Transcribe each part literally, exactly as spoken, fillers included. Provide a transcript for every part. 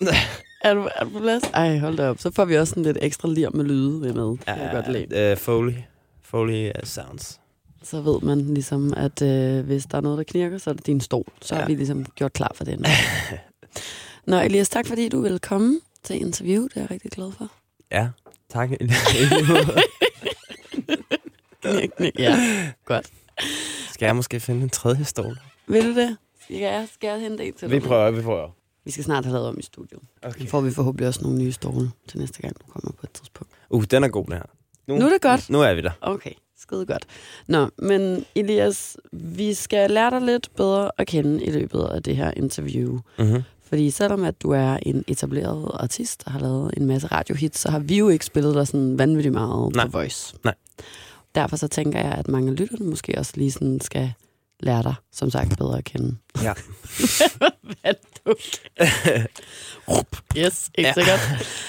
Er du, er du på plads? Ej, hold da op. Så får vi også sådan lidt ekstra lir med lyde ved med. Ja, jeg godt lide. Uh, Foley. Foley uh, sounds. Så ved man ligesom, at øh, hvis der er noget, der knirker, så er det din stol. Så ja. har vi ligesom gjort klar for den. Nå, Elias, tak fordi du ville komme til interview. Det er jeg rigtig glad for. Ja, tak. Ja, godt. Skal jeg måske finde en tredje stol? Vil du det? Skal jeg, skal jeg hente en til Vi dig? prøver, vi prøver. Vi skal snart have lavet om i studiet. Okay. Så får vi forhåbentlig også nogle nye stole til næste gang, du kommer på et tidspunkt. Uh, den er god, den her. Nu, nu er det godt. Nu, nu er vi der. Okay, skide godt. Nå, men Elias, vi skal lære dig lidt bedre at kende i løbet af det her interview. Mm-hmm. Fordi selvom at du er en etableret artist og har lavet en masse radiohits, så har vi jo ikke spillet dig sådan vanvittigt meget Nej. på Voice. Nej. Derfor så tænker jeg, at mange af lytterne måske også lige sådan skal lære dig, som sagt, bedre at kende. Ja. Hvad du Yes, ikke ja. sikkert.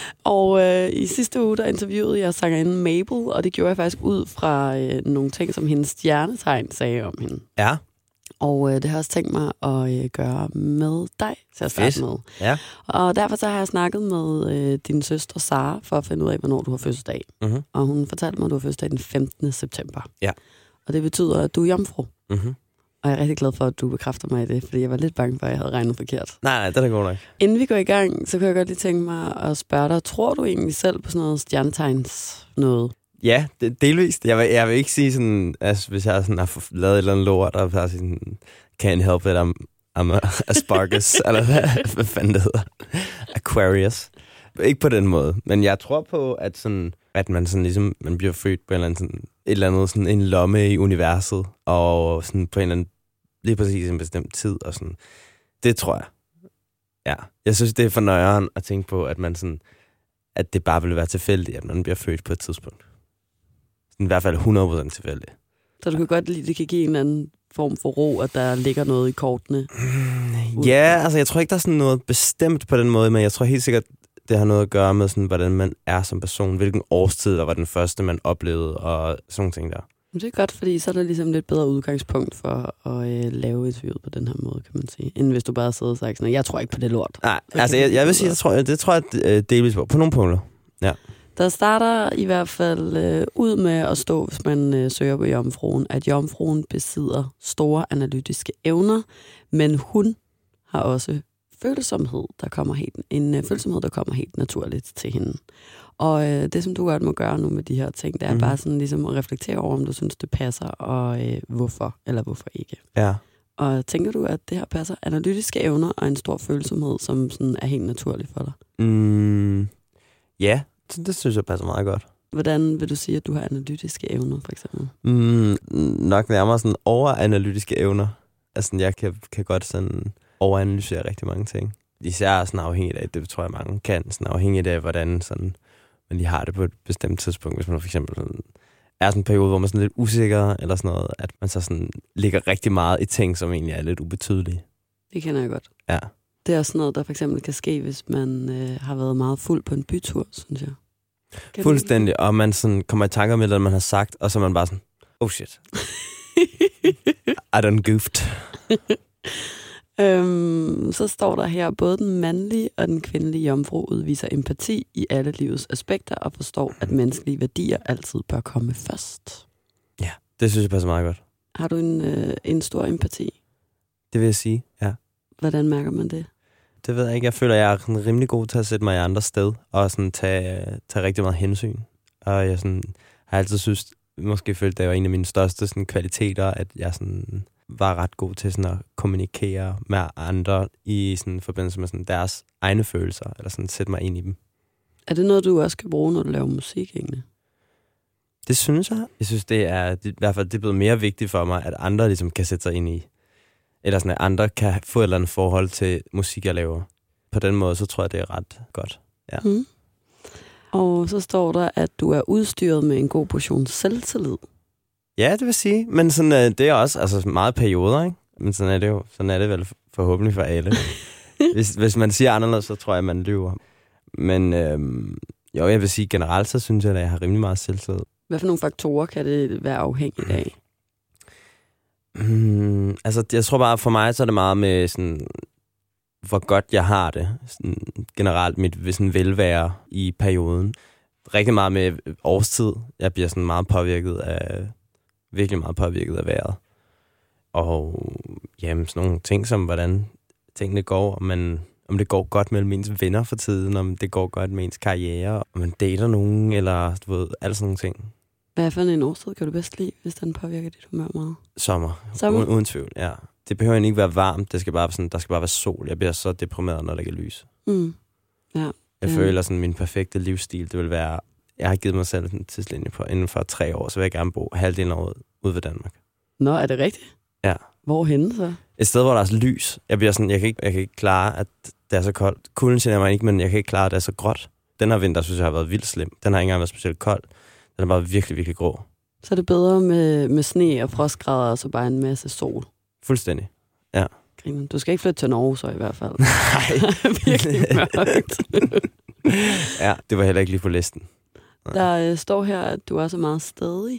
Og øh, i sidste uge, der interviewede jeg sangerinden Mabel, og det gjorde jeg faktisk ud fra øh, nogle ting, som hendes stjernetegn sagde om hende. Ja. Og øh, det har jeg også tænkt mig at øh, gøre med dig til at starte med. Ja. Og derfor så har jeg snakket med øh, din søster Sara for at finde ud af, hvornår du har fødselsdag. Mm-hmm. Og hun fortalte mig, at du har fødselsdag den femtende september. Ja. Og det betyder, at du er jomfru. Mm-hmm. Og jeg er rigtig glad for, at du bekræfter mig i det, fordi jeg var lidt bange for, at jeg havde regnet forkert. Nej, nej, det er da godt nok. Inden vi går i gang, så kan jeg godt lige tænke mig at spørge dig, tror du egentlig selv på sådan noget stjernetegns noget? Ja, det, delvist. Jeg vil, jeg vil ikke sige sådan, altså, hvis jeg sådan har lavet et eller andet lort, og har sådan, can't help it, I'm, I'm a Aspargus, eller hvad, hvad fanden det hedder. Aquarius. Ikke på den måde, men jeg tror på, at, sådan, at man, sådan, ligesom, man bliver født på en eller anden, sådan, et eller andet, sådan, en lomme i universet, og sådan, på en eller anden, lige præcis en bestemt tid, og sådan. Det tror jeg. Ja. Jeg synes, det er for nøjeren at tænke på, at man sådan, at det bare vil være tilfældigt, at man bliver født på et tidspunkt. Sådan, i hvert fald hundrede procent tilfældigt. Så du kan godt lide, at det kan give en eller anden form for ro, at der ligger noget i kortene? Mm, ja, altså jeg tror ikke, der er sådan noget bestemt på den måde, men jeg tror helt sikkert, det har noget at gøre med, sådan, hvordan man er som person, hvilken årstid der var den første, man oplevede, og sådan nogle ting der. Det er godt, fordi så er der ligesom lidt bedre udgangspunkt for at øh, lave interviewet på den her måde, kan man sige. End hvis du bare sidder og siger sådan, jeg tror ikke på det lort. Nej, altså jeg, jeg vil sige, jeg tror, det tror jeg delvis på. På nogle punkter, ja. Der starter i hvert fald øh, ud med at stå, hvis man øh, søger på jomfruen, at jomfruen besidder store analytiske evner, men hun har også følsomhed, der kommer helt, en øh, følsomhed, der kommer helt naturligt til hende. Og øh, det, som du godt må gøre nu med de her ting, det er mm. bare sådan ligesom at reflektere over, om du synes, det passer, og øh, hvorfor, eller hvorfor ikke. Ja. Og tænker du, at det her passer? Analytiske evner og en stor følsomhed, som sådan er helt naturligt for dig? Mm, ja, det, det synes jeg passer meget godt. Hvordan vil du sige, at du har analytiske evner, for eksempel? Mm, nok nærmere sådan overanalytiske evner. Altså, jeg kan, kan godt sådan overanalysere rigtig mange ting. Især sådan afhængigt af, det tror jeg mange kan, sådan afhængigt af, hvordan sådan, man lige har det på et bestemt tidspunkt. Hvis man for eksempel sådan, er sådan en periode, hvor man er sådan lidt usikker, eller sådan noget, at man så sådan ligger rigtig meget i ting, som egentlig er lidt ubetydelige. Det kender jeg godt. Ja. Det er også noget, der for eksempel kan ske, hvis man øh, har været meget fuld på en bytur, synes jeg. Kan Fuldstændig, og man sådan kommer i tanker med, hvad man har sagt, og så er man bare sådan, oh shit. I done goofed. øhm, så står der her, både den mandlige og den kvindelige jomfru udviser empati i alle livets aspekter, og forstår, at menneskelige værdier altid bør komme først. Ja, det synes jeg passer meget godt. Har du en, øh, en stor empati? Det vil jeg sige, ja. Hvordan mærker man det? Det ved jeg ikke. Jeg føler, jeg er sådan rimelig god til at sætte mig i andre sted, og sådan tage, tage rigtig meget hensyn. Og jeg sådan, har altid synes, måske følte, det var en af mine største sådan, kvaliteter, at jeg sådan, var ret god til sådan, at kommunikere med andre i sådan, forbindelse med sådan, deres egne følelser, eller sådan, sætte mig ind i dem. Er det noget, du også kan bruge, når du laver musik, egentlig? Det synes jeg. Jeg synes, det er det, i hvert fald det er blevet mere vigtigt for mig, at andre ligesom, kan sætte sig ind i, eller sådan, at andre kan få et eller andet forhold til musik, jeg laver. På den måde, så tror jeg, det er ret godt. Ja. Mm. Og så står der, at du er udstyret med en god portion selvtillid. Ja, det vil sige. Men sådan, det er også altså, meget perioder, ikke? Men sådan er det jo. Sådan er det vel forhåbentlig for alle. hvis, hvis man siger anderledes, så tror jeg, man lyver. Men øhm, jo, jeg vil sige, generelt så synes jeg, at jeg har rimelig meget selvtillid. Hvad for nogle faktorer kan det være afhængigt af? Mm, altså, jeg tror bare, for mig, så er det meget med sådan, hvor godt jeg har det. Sådan, generelt mit sådan velvære i perioden. Rigtig meget med årstid. Jeg bliver sådan meget påvirket af, virkelig meget påvirket af vejret. Og jamen, sådan nogle ting som, hvordan tingene går, om, man, om det går godt mellem ens venner for tiden, om det går godt med ens karriere, om man dater nogen, eller du ved, alle sådan nogle ting. Hvad for en årstid kan du bedst lide, hvis den påvirker dit humør meget? Sommer. Sommer? Uden, uden tvivl, ja. Det behøver ikke være varmt, det skal bare sådan, der skal bare være sol. Jeg bliver så deprimeret, når der ikke er lys. Mm. Ja. Jeg ja. føler sådan, min perfekte livsstil, det vil være, jeg har givet mig selv en tidslinje på, inden for tre år, så vil jeg gerne bo halvdelen af året ude ved Danmark. Nå, er det rigtigt? Ja. Hvorhenne så? Et sted, hvor der er lys. Jeg bliver sådan, jeg kan ikke, jeg kan ikke klare, at det er så koldt. Kulden siger mig ikke, men jeg kan ikke klare, at det er så gråt. Den her vinter, synes jeg, har været vildt slem. Den har ikke engang været specielt kold. Den er bare virkelig, virkelig grå. Så er det bedre med, med sne og frostgrader, og så bare en masse sol. Fuldstændig, ja. Griner. Du skal ikke flytte til Norge så i hvert fald. Nej. Virkelig mørkt. Ja, det var heller ikke lige på listen. Nej. Der øh, står her, at du er så meget stædig.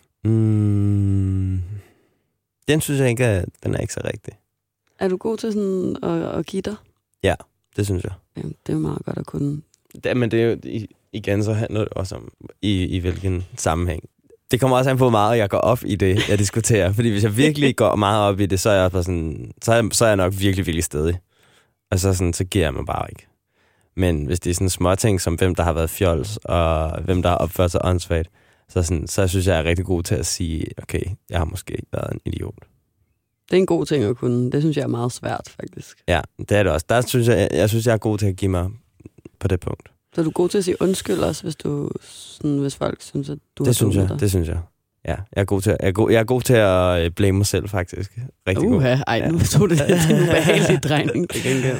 Mm, den synes jeg ikke, er, den er ikke så rigtig. Er du god til sådan at, at give dig? Ja, det synes jeg. Ja, det er jo meget godt at kunne. Det, men det er jo, igen, så handler det også om, i, i hvilken sammenhæng. Det kommer også an på, hvor meget jeg går op i det, jeg diskuterer. Fordi hvis jeg virkelig går meget op i det, så er jeg, sådan, så er jeg, så er jeg nok virkelig, virkelig stædig. Og så, sådan, så giver jeg mig bare ikke. Men hvis det er sådan små ting, som hvem der har været fjols, og hvem der har opført sig åndssvagt, så, sådan, så synes jeg, jeg er rigtig god til at sige, okay, jeg har måske været en idiot. Det er en god ting at kunne. Det synes jeg er meget svært, faktisk. Ja, det er det også. Der synes jeg, jeg, jeg synes, jeg er god til at give mig på det punkt. Så er du god til at sige undskyld også, hvis, du, sådan, hvis folk synes, at du det har synes jeg, dig? Det synes jeg. Ja, jeg er god til, jeg er god, jeg er god til at blame mig selv, faktisk. Rigtig Uha, god. ej, nu ja. tog det til en ubehagelig drejning til gengæld.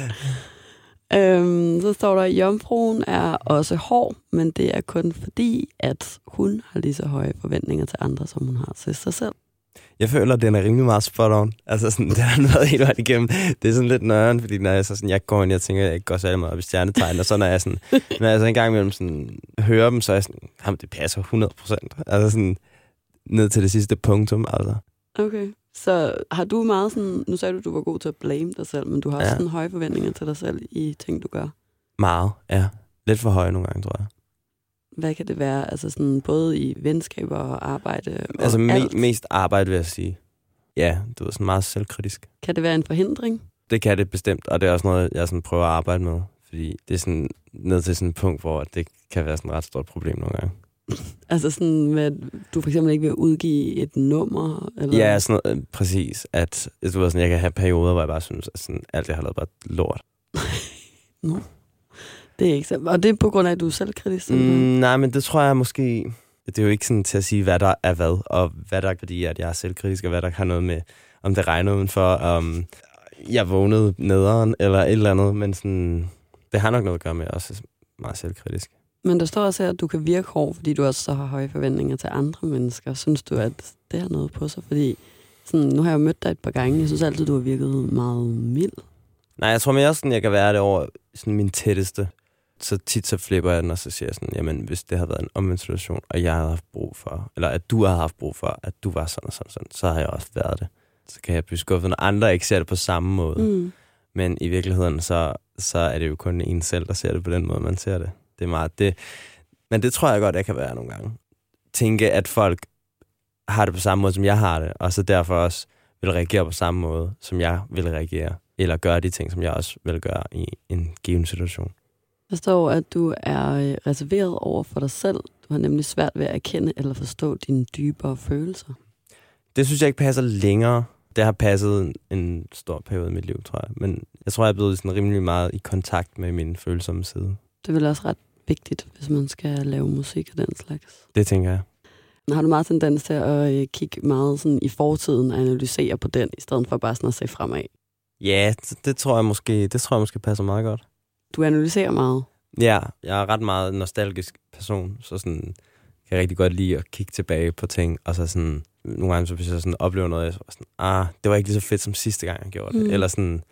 Øhm, så står der, at jomfruen er også hård, men det er kun fordi, at hun har lige så høje forventninger til andre, som hun har til sig selv. Jeg føler, at den er rimelig meget spot on. Altså, sådan, det har været helt vejen igennem. Det er sådan lidt nøren, fordi når jeg, så sådan, jeg går ind, jeg tænker, at jeg ikke går særlig meget op i stjernetegn, og så når jeg, sådan, når jeg så en gang imellem sådan, hører dem, så er jeg sådan, jamen, det passer hundrede procent. Altså sådan, ned til det sidste punktum, altså. Okay, så har du meget sådan, nu sagde du, at du var god til at blame dig selv, men du har også Ja. sådan høje forventninger til dig selv i ting, du gør. Meget, ja. Lidt for høje nogle gange, tror jeg. Hvad kan det være? Altså sådan både i venskaber og arbejde og Altså me- alt. mest arbejde, vil jeg sige. Ja, du er sådan meget selvkritisk. Kan det være en forhindring? Det kan det bestemt, og det er også noget, jeg sådan prøver at arbejde med. Fordi det er sådan ned til sådan et punkt, hvor det kan være sådan et ret stort problem nogle gange. Altså sådan med, at du for eksempel ikke vil udgive et nummer? Eller? Ja, sådan noget, øh, præcis. At du ved, sådan, jeg kan have perioder, hvor jeg bare synes, at sådan, alt jeg har lavet bare lort. Nå. Det er ikke så. Og det er på grund af, at du er selvkritisk? Mm, nej, men det tror jeg måske... Det er jo ikke sådan til at sige, hvad der er hvad, og hvad der er, fordi at jeg er selvkritisk, og hvad der har noget med, om det regner udenfor, om jeg vågnede nederen, eller et eller andet, men sådan, det har nok noget at gøre med, at jeg også er meget selvkritisk. Men der står også her, at du kan virke hård, fordi du også så har høje forventninger til andre mennesker. Synes du, at det har noget på sig? Fordi sådan, nu har jeg jo mødt dig et par gange. Jeg synes altid, du har virket meget mild. Nej, jeg tror mere sådan, jeg kan være det over sådan min tætteste. Så tit så flipper jeg den, og så siger jeg sådan, jamen hvis det har været en omvendt situation, og jeg havde haft brug for, eller at du har haft brug for, at du var sådan og sådan, sådan så har jeg også været det. Så kan jeg blive skuffet, når andre ikke ser det på samme måde. Mm. Men i virkeligheden, så, så er det jo kun en selv, der ser det på den måde, man ser det. Det er meget det. Men det tror jeg godt, jeg kan være nogle gange. Tænke, at folk har det på samme måde, som jeg har det, og så derfor også vil reagere på samme måde, som jeg vil reagere. Eller gøre de ting, som jeg også vil gøre i en given situation. Der står, at du er reserveret over for dig selv. Du har nemlig svært ved at erkende eller forstå dine dybere følelser. Det synes jeg ikke passer længere. Det har passet en, en stor periode i mit liv, tror jeg. Men jeg tror, jeg er blevet sådan rimelig meget i kontakt med min følsomme side. Det er vel også ret vigtigt, hvis man skal lave musik og den slags. Det tænker jeg. Har du meget tendens til at kigge meget sådan i fortiden og analysere på den, i stedet for bare sådan at se fremad? Ja, det, det tror jeg måske, det tror jeg måske passer meget godt. Du analyserer meget? Ja, jeg er ret meget nostalgisk person, så sådan kan jeg rigtig godt lide at kigge tilbage på ting, og så sådan, nogle gange så hvis jeg sådan oplever noget, jeg så sådan, ah, det var ikke lige så fedt som sidste gang, jeg gjorde det. Mm. Eller sådan,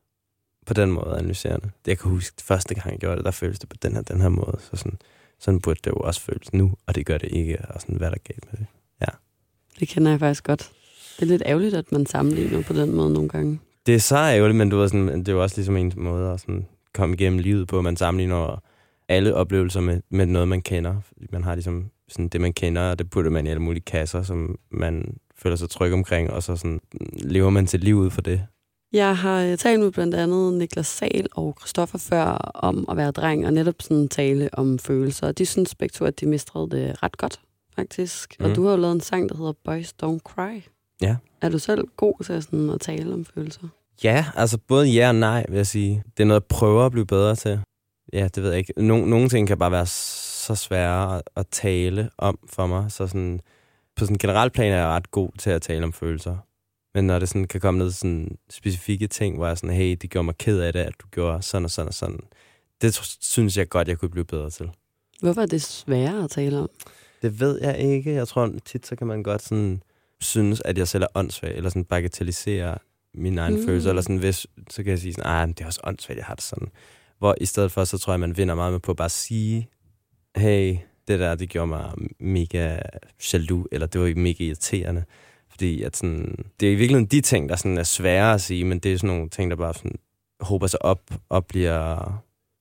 på den måde analyserende. Det jeg kan huske, det første gang, jeg gjorde det, der føltes det på den her, den her måde. Så sådan, sådan burde det jo også føles nu, og det gør det ikke, og sådan, hvad der er galt med det. Ja. Det kender jeg faktisk godt. Det er lidt ærgerligt, at man sammenligner på den måde nogle gange. Det er så ærgerligt, men du ved, sådan, det er jo også ligesom en måde at sådan komme igennem livet på. Man sammenligner alle oplevelser med, med noget, man kender. Man har ligesom sådan det, man kender, og det putter man i alle mulige kasser, som man føler sig tryg omkring, og så sådan, lever man sit liv ud for det. Jeg har talt med blandt andet Niklas Sahl og Christoffer før om at være dreng, og netop sådan tale om følelser. De synes begge to, at de mistrede det ret godt, faktisk. Mm. Og du har jo lavet en sang, der hedder Boys Don't Cry. Ja. Er du selv god til sådan at tale om følelser? Ja, altså både ja og nej, vil jeg sige. Det er noget, jeg prøver at blive bedre til. Ja, det ved jeg ikke. No- nogle ting kan bare være så svære at, at tale om for mig. Så sådan, på sådan en generelt plan er jeg ret god til at tale om følelser. Men når det sådan kan komme ned sådan specifikke ting, hvor jeg sådan, hey, det gjorde mig ked af det, at du gjorde sådan og sådan og sådan. Det synes jeg godt, jeg kunne blive bedre til. Hvorfor er det sværere at tale om? Det ved jeg ikke. Jeg tror tit, så kan man godt sådan synes, at jeg selv er åndssvag, eller sådan bagatellisere mine egne mm. følelser, eller sådan, hvis, så kan jeg sige sådan, ah, det er også åndssvagt, jeg har det sådan. Hvor i stedet for, så tror jeg, man vinder meget med på at bare sige, hey, det der, det gjorde mig mega jaloux, eller det var mega irriterende. Fordi at sådan, det er i virkeligheden de ting, der sådan er svære at sige, men det er sådan nogle ting, der bare sådan håber sig op og bliver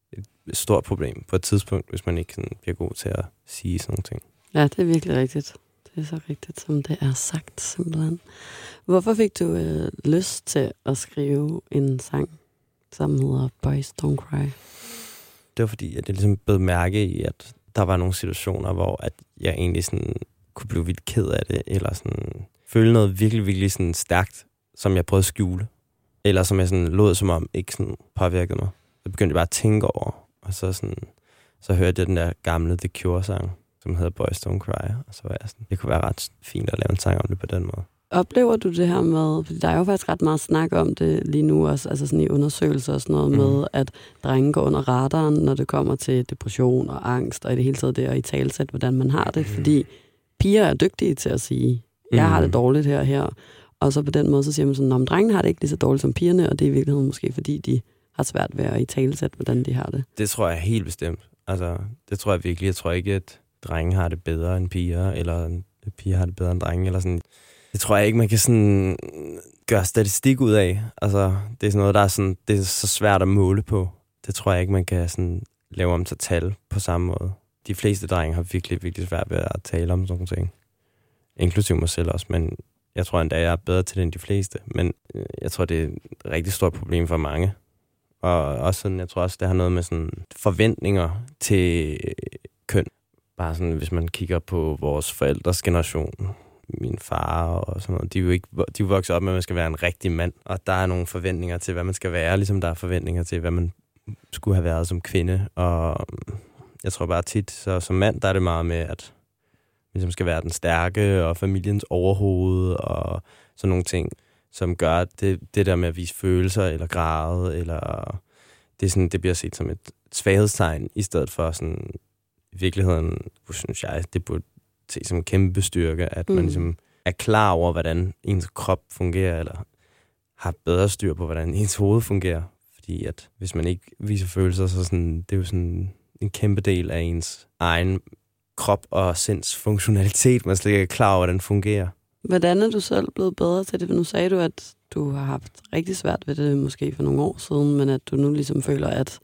et stort problem på et tidspunkt, hvis man ikke sådan bliver god til at sige sådan nogle ting. Ja, det er virkelig rigtigt. Det er så rigtigt, som det er sagt, simpelthen. Hvorfor fik du øh, lyst til at skrive en sang, som hedder Boys Don't Cry? Det var fordi, at jeg ligesom blev mærke i, at der var nogle situationer, hvor at jeg egentlig sådan kunne blive vildt ked af det, eller sådan føle noget virkelig, virkelig sådan stærkt, som jeg prøvede at skjule. Eller som jeg sådan lod som om ikke sådan påvirkede mig. Så begyndte jeg bare at tænke over, og så, sådan, så hørte jeg den der gamle The Cure-sang, som hedder Boys Don't Cry, og så var jeg sådan, det kunne være ret fint at lave en sang om det på den måde. Oplever du det her med, fordi der er jo faktisk ret meget snak om det lige nu også, altså sådan i undersøgelser og sådan noget mm. med, at drenge går under radaren, når det kommer til depression og angst, og i det hele taget det at italesætte, hvordan man har det, mm. fordi piger er dygtige til at sige, jeg mm. har det dårligt her og her, og så på den måde, så siger man sådan, om drengene har det ikke lige så dårligt som pigerne, og det er i virkeligheden måske, fordi de har svært ved at italesætte, hvordan de har det. Det tror jeg helt bestemt. Altså, det tror jeg virkelig. Jeg tror ikke, at drenge har det bedre end piger, eller piger har det bedre end drenge, eller sådan. Det tror jeg ikke, man kan sådan gøre statistik ud af. Altså, det er sådan noget, der er sådan, det er så svært at måle på. Det tror jeg ikke, man kan sådan lave om til tal på samme måde. De fleste drenge har virkelig, virkelig svært ved at tale om sådan nogle ting. Inklusiv mig selv også, men jeg tror endda, jeg er bedre til det end de fleste. Men jeg tror, det er et rigtig stort problem for mange. Og også sådan, jeg tror også, det har noget med sådan forventninger til køn. Bare sådan, hvis man kigger på vores forældres generation, min far og sådan noget, de er jo ikke, de er vokset op med, at man skal være en rigtig mand. Og der er nogle forventninger til, hvad man skal være, ligesom der er forventninger til, hvad man skulle have været som kvinde. Og jeg tror bare tit, så som mand, der er det meget med, at man ligesom skal være den stærke og familiens overhoved og sådan nogle ting, som gør det, det der med at vise følelser eller græde, eller det, er sådan, det bliver set som et svaghedstegn, i stedet for sådan, i virkeligheden, synes jeg, det burde ses som en kæmpe styrke, at mm. man ligesom er klar over, hvordan ens krop fungerer, eller har bedre styr på, hvordan ens hoved fungerer. Fordi at hvis man ikke viser følelser, så sådan, det er jo sådan en kæmpe del af ens egen krop og sinds funktionalitet, man slet ikke er klar over, hvordan den fungerer. Hvordan er du selv blevet bedre til det? Nu sagde du, at du har haft rigtig svært ved det, måske for nogle år siden, men at du nu ligesom føler, at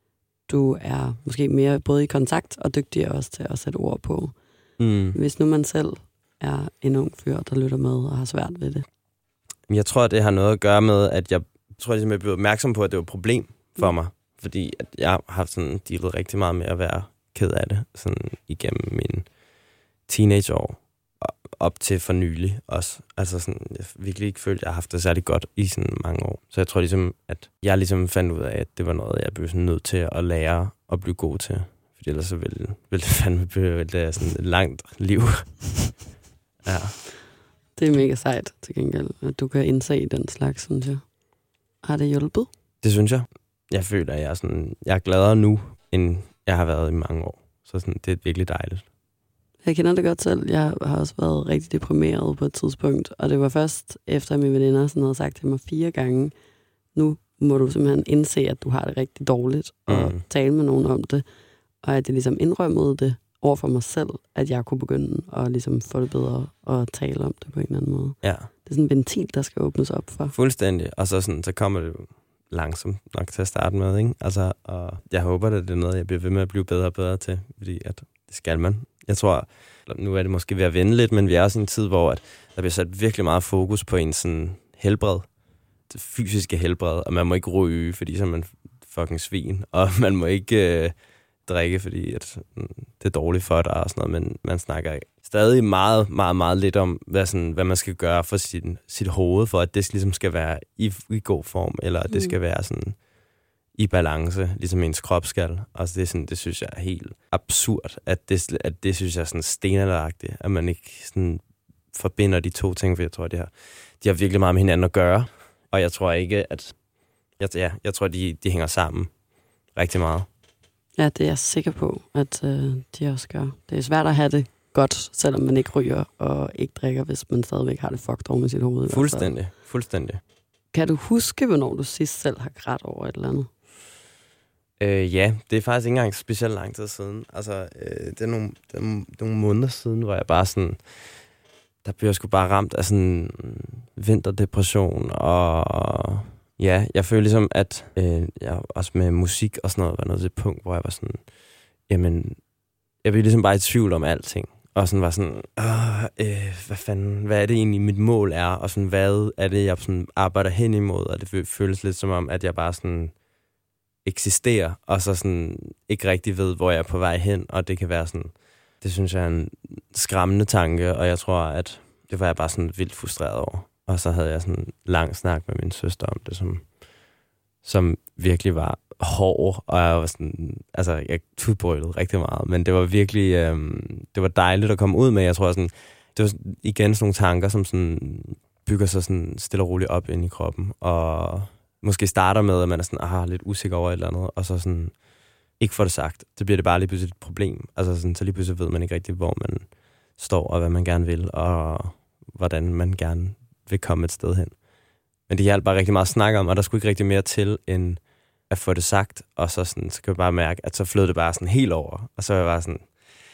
du er måske mere både i kontakt og dygtigere også til at sætte ord på. Mm. Hvis nu man selv er en ung fyr, der lytter med og har svært ved det. Jeg tror, det har noget at gøre med, at jeg tror, at jeg blev opmærksom på, at det var et problem for mm. mig. Fordi at jeg har haft sådan dealet rigtig meget med at være ked af det sådan igennem mine teenageår. Op til for nylig også. Altså sådan, jeg virkelig ikke følte, at jeg har haft det særlig godt i sådan mange år. Så jeg tror ligesom, at jeg ligesom fandt ud af, at det var noget, jeg blev sådan nødt til at lære og blive god til. Fordi ellers så ville, ville det fandme blive det sådan et langt liv. Ja. Det er mega sejt til gengæld, at du kan indse den slags, synes jeg. Har det hjulpet? Det synes jeg. Jeg føler, at jeg er, sådan, jeg er gladere nu, end jeg har været i mange år. Så sådan, det er virkelig dejligt. Jeg kender det godt selv. Jeg har også været rigtig deprimeret på et tidspunkt, og det var først efter, at mine veninder sådan havde sagt til mig fire gange, nu må du simpelthen indse, at du har det rigtig dårligt, og mm. tale med nogen om det, og at jeg ligesom indrømmede det, over for mig selv, at jeg kunne begynde at ligesom få det bedre og tale om det på en eller anden måde. Ja. Det er sådan en ventil, der skal åbnes op for. Fuldstændig. Og så, sådan, så kommer det jo langsomt nok til at starte med, ikke? Altså, og jeg håber, at det er noget, jeg bliver ved med at blive bedre og bedre til, fordi at det skal man. Jeg tror, nu er det måske ved at vende lidt, men vi er også i en tid, hvor at der bliver sat virkelig meget fokus på en sådan helbred, det fysiske helbred, og man må ikke ryge, fordi så er man fucking svin, og man må ikke øh, drikke, fordi at, mm, det er dårligt for dig og sådan noget, men man snakker stadig meget, meget, meget lidt om, hvad, sådan, hvad man skal gøre for sin, sit hoved, for at det ligesom skal være i, i god form, eller at det skal være sådan i balance, ligesom ens krop skal. Altså det, er sådan, det synes jeg er helt absurd, at det, at det synes jeg er sådan stenalderagtigt, at man ikke sådan forbinder de to ting, for jeg tror, de har, de har virkelig meget med hinanden at gøre, og jeg tror ikke, at jeg, ja, jeg tror, de, de hænger sammen rigtig meget. Ja, det er jeg sikker på, at øh, de også gør. Det er svært at have det godt, selvom man ikke ryger og ikke drikker, hvis man stadigvæk har det fucked over med sit hoved. Fuldstændig, fuldstændig. Kan du huske, hvornår du sidst selv har grædt over et eller andet? Øh, ja, det er faktisk ikke engang specielt lang tid siden. Altså, øh, det, er nogle, det er nogle måneder siden, hvor jeg bare sådan, der blev jeg sgu bare ramt af sådan vinterdepression, og ja, jeg føler ligesom, at øh, jeg også med musik og sådan noget, var noget til et punkt, hvor jeg var sådan, jamen, jeg blev ligesom bare i tvivl om alting. Og sådan var sådan, Åh, øh, hvad fanden, hvad er det egentlig, mit mål er? Og sådan, hvad er det, jeg sådan arbejder hen imod? Og det føles lidt som om, at jeg bare sådan eksisterer, og så sådan ikke rigtig ved, hvor jeg er på vej hen. Og det kan være sådan, det synes jeg er en skræmmende tanke, og jeg tror, at det var jeg bare sådan vildt frustreret over. Og så havde jeg sådan en lang snak med min søster om det, som, som virkelig var hård, og jeg var sådan, altså jeg tudbrølede rigtig meget, men det var virkelig, øhm, det var dejligt at komme ud med. Jeg tror sådan, det var igen sådan nogle tanker, som sådan bygger sig sådan stille og roligt op ind i kroppen, og måske starter med, at man er sådan, aha, lidt usikker over et eller andet, og så sådan ikke får det sagt. Så bliver det bare lige pludselig et problem. Altså sådan, så lige pludselig ved man ikke rigtig, hvor man står, og hvad man gerne vil, og hvordan man gerne vil komme et sted hen. Men det hjalp bare rigtig meget at snakke om, og der skulle ikke rigtig mere til, end at få det sagt, og så, sådan, så kan jeg bare mærke, at så flød det bare sådan helt over. Og så var jeg bare sådan,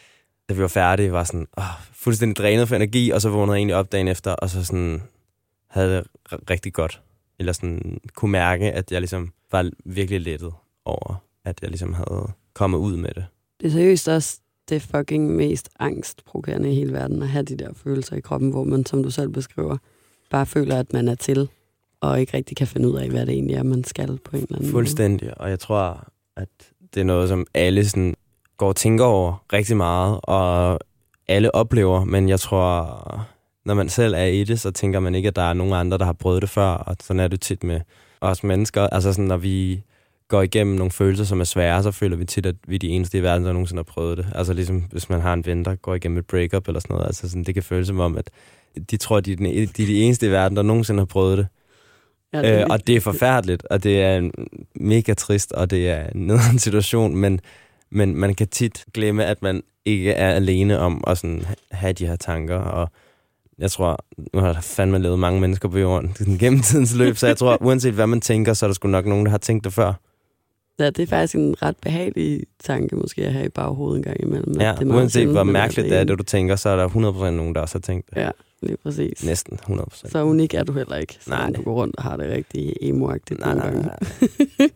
da vi var færdige, var sådan, åh, fuldstændig drænet for energi, og så vågnede jeg egentlig op dagen efter, og så sådan havde det rigtig godt. Eller sådan kunne mærke, at jeg ligesom var virkelig lettet over, at jeg ligesom havde kommet ud med det. Det er seriøst også det fucking mest angstprovokerende i hele verden, at have de der følelser i kroppen, hvor man, som du selv beskriver, bare føler, at man er til, og ikke rigtig kan finde ud af, hvad det egentlig er, man skal på en eller anden Fuldstændig, måde. Og jeg tror, at det er noget, som alle sådan går og tænker over rigtig meget, og alle oplever, men jeg tror, når man selv er i det, så tænker man ikke, at der er nogen andre, der har prøvet det før, og sådan er det tit med os mennesker. Altså sådan, når vi går igennem nogle følelser, som er svære, så føler vi tit, at vi er de eneste i verden, der nogensinde har prøvet det. Altså ligesom, hvis man har en ven, der går igennem et breakup eller sådan noget, altså sådan, det kan føles som om, at de tror, de er, den, de er de eneste i verden, der nogensinde har prøvet det. Ja, det øh, og det er forfærdeligt, og det er mega trist, og det er en nederen situation, men, men man kan tit glemme, at man ikke er alene om at sådan have de her tanker, og jeg tror, nu har der fandme levet mange mennesker på jorden gennem tidens løb, så jeg tror, uanset hvad man tænker, så er der sgu nok nogen, der har tænkt det før. Ja, det er faktisk en ret behagelig tanke, måske at have i baghovedet en gang imellem. Ja, det er uanset hvor mærkeligt det er, det du tænker, så er der hundrede procent nogen, der også har tænkt det. Ja, lige præcis. Næsten hundrede procent. Så unik er du heller ikke, selvom du går rundt og har det rigtig emo-agtigt nej, nogle nej, gange. nej.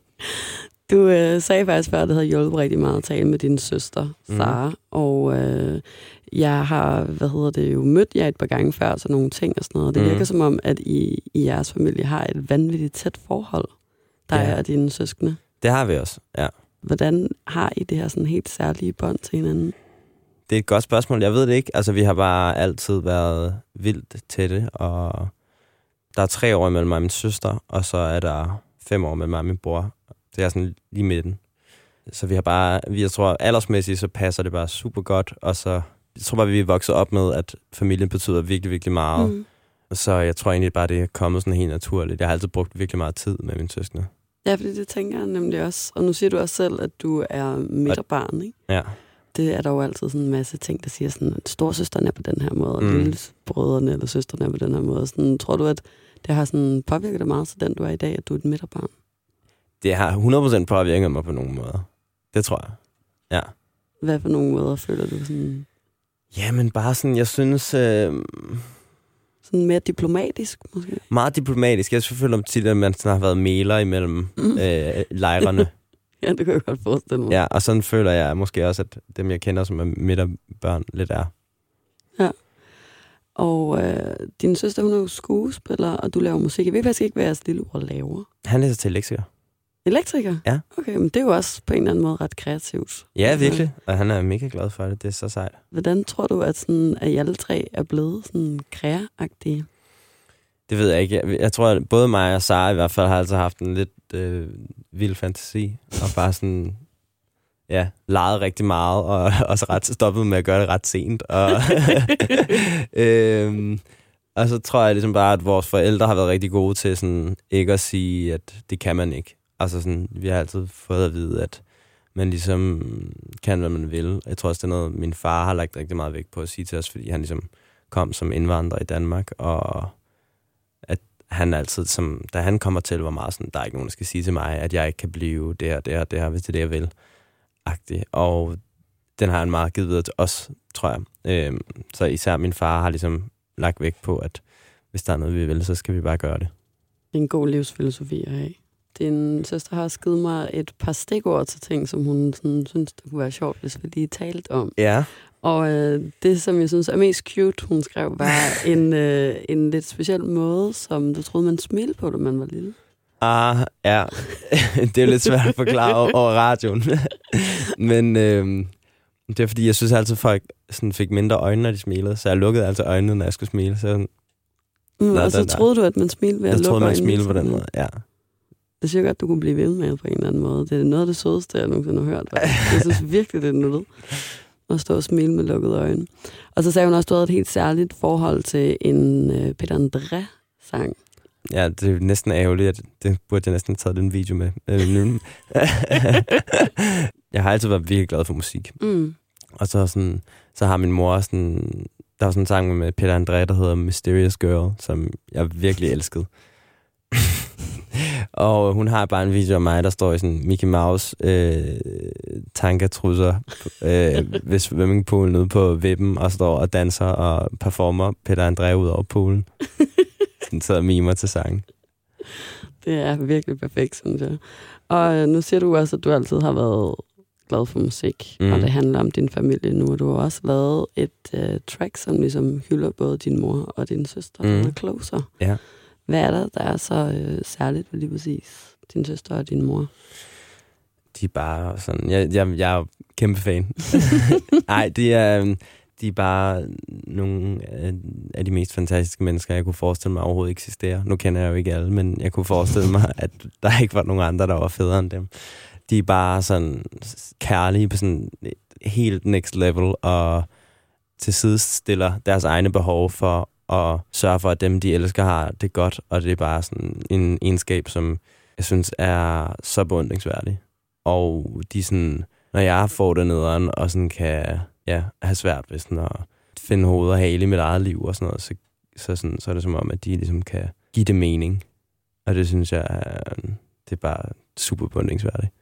Du øh, sagde faktisk før, at det havde hjulpet rigtig meget at tale med din søster, Sara, mm. og øh, jeg har, hvad hedder det, jo mødt jer et par gange før, så nogle ting og sådan noget. Det virker mm. som om, at I i jeres familie har et vanvittigt tæt forhold, der ja. er dine søskende. Det har vi også, ja. Hvordan har I det her sådan helt særlige bånd til hinanden? Det er et godt spørgsmål. Jeg ved det ikke. Altså, vi har bare altid været vildt tætte, og der er tre år imellem mig og min søster, og så er der fem år mellem mig og min bror. Det er sådan lige midten. Så vi har bare, jeg tror, aldersmæssigt, så passer det bare super godt, og så, jeg tror bare, vi er vokset op med, at familien betyder virkelig, virkelig meget. Mm. Så jeg tror egentlig bare, det er kommet sådan helt naturligt. Jeg har altid brugt virkelig meget tid med mine søskende. Ja, fordi det tænker jeg nemlig også. Og nu siger du også selv, at du er midterbarn, ikke? Ja. Det er der jo altid sådan en masse ting, der siger sådan, at storsøsteren er på den her måde, og mm. lillebrødrene eller søstrene er på den her måde. Sådan, tror du, at det har sådan påvirket dig meget til den, du er i dag, at du er et midterbarn? Det har hundrede procent påvirket mig på nogen måder. Det tror jeg. Ja. Hvad for nogle måder føler du sådan... Jamen bare sådan, jeg synes... Øh... Sådan mere diplomatisk, måske? Meget diplomatisk. Jeg synes selvfølgelig om tit, at man sådan har været mægler imellem mm. øh, lejrene. Ja, det kan jeg godt forestille mig. Ja, og sådan føler jeg måske også, at dem, jeg kender, som er midterbørn, lidt er. Ja. Og øh, din søster, hun er jo skuespiller, og du laver musik. Jeg ved faktisk ikke, hvad jeres lillebror laver. Han læser til elektriker. Elektriker? Ja. Okay, men det er jo også på en eller anden måde ret kreativt. Ja, virkelig. Og han er mega glad for det. Det er så sejt. Hvordan tror du, at, sådan, at I alle tre er blevet sådan kreaagtige? Det ved jeg ikke. Jeg, jeg tror, at både mig og Sara i hvert fald har altså haft en lidt øh, vild fantasi. Og bare sådan, ja, leget rigtig meget. Og også ret stoppet med at gøre det ret sent. Og, øhm, og så tror jeg ligesom bare, at vores forældre har været rigtig gode til sådan, ikke at sige, at det kan man ikke. Altså sådan, vi har altid fået at vide, at man ligesom kan, hvad man vil. Jeg tror også, det er noget, min far har lagt rigtig meget vægt på at sige til os, fordi han ligesom kom som indvandrer i Danmark, og at han altid, som, da han kommer til, var meget sådan, der er ikke nogen, der skal sige til mig, at jeg ikke kan blive det her, det her, det her, hvis det er det, jeg vil. Agtigt. Og den har han meget givet videre til os, tror jeg. Øhm, så især min far har ligesom lagt vægt på, at hvis der er noget, vi vil, så skal vi bare gøre det. Det er en god livsfilosofi at have. Din søster har givet mig et par stikord til ting, som hun sådan, synes, det kunne være sjovt, hvis vi lige talte om. Ja. Og øh, det, som jeg synes er mest cute, hun skrev, var en, øh, en lidt speciel måde, som du troede, man smilte på, da man var lille. Ah, ja. Det er jo lidt svært at forklare over, over radioen. Men øh, det er fordi, jeg synes altid, folk sådan fik mindre øjne, når de smilede. Så jeg lukkede altid øjnene, når jeg skulle smile. Så, mm, nå, og så der, troede du, at man smilte ved at lukke øjnene? Jeg troede, man smilte på den måde, ja. Det synes jeg godt, du kunne blive ved med på en eller anden måde. Det er noget af det sødeste, jeg nogensinde har hørt. Jeg synes virkelig, det er nuttet at stå og smile med lukkede øjne. Og så sagde hun også, at du havde et helt særligt forhold til en uh, Peter André-sang. Ja, det er næsten ærgerligt, at det burde jeg næsten have taget den video med. Jeg har altid været virkelig glad for musik. Mm. Og så, sådan, så har min mor sådan... Der var sådan en sang med Peter André, der hedder Mysterious Girl, som jeg virkelig elskede. Og hun har bare en video af mig, der står i sådan Mickey Mouse øh, tanketrusser øh, ved swimmingpoolen ude på vippen, og står og danser og performer Peter André ud over poolen. Den sidder og mimer til sangen. Det er virkelig perfekt, synes jeg. Og nu siger du også, at du altid har været glad for musik, mm. og det handler om din familie nu, og du har også lavet et uh, track, som ligesom hylder både din mor og din søster, mm. og Closer. Ja. Hvad er der, der er så øh, særligt ved lige præcis din søster og din mor? De er bare sådan... Jeg, jeg, jeg er jo kæmpe fan. Nej, de er, de er bare nogle af de mest fantastiske mennesker, jeg kunne forestille mig overhovedet eksisterer. Nu kender jeg jo ikke alle, men jeg kunne forestille mig, at der ikke var nogen andre, der var federe end dem. De er bare sådan kærlige på sådan helt next level, og tilsidestiller deres egne behov for og sørge for, at dem, de elsker, har det godt, og det er bare sådan en egenskab, som jeg synes er så beundringsværdig. Og de sådan, når jeg får det nederen, og sådan kan ja, have svært ved sådan at finde hoved og hale i mit eget liv og sådan noget, så, så, sådan, så er det som om, at de ligesom kan give det mening. Og det synes jeg, det er bare super beundringsværdigt.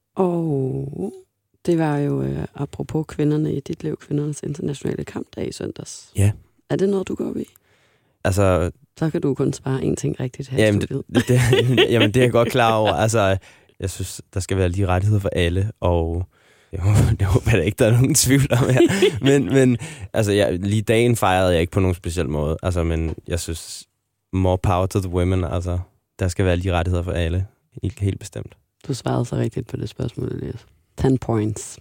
Og det var jo, øh, apropos kvinderne i dit liv, kvindernes internationale kampdag i søndags. Ja. Er det noget, du går op i? Altså... Så kan du kun svare én ting rigtigt her jamen, i studiet. Det, det, jamen, det er jeg godt klar over. Altså, jeg synes, der skal være lige rettigheder for alle, og jeg håber, jeg håber der ikke, der er nogen tvivl om her. Men, men altså, jeg, lige dagen fejrede jeg ikke på nogen speciel måde. Altså, men jeg synes, more power to the women. Altså, der skal være lige rettigheder for alle. Helt, helt bestemt. Du svarede så rigtigt på det spørgsmål, Elias. ten points.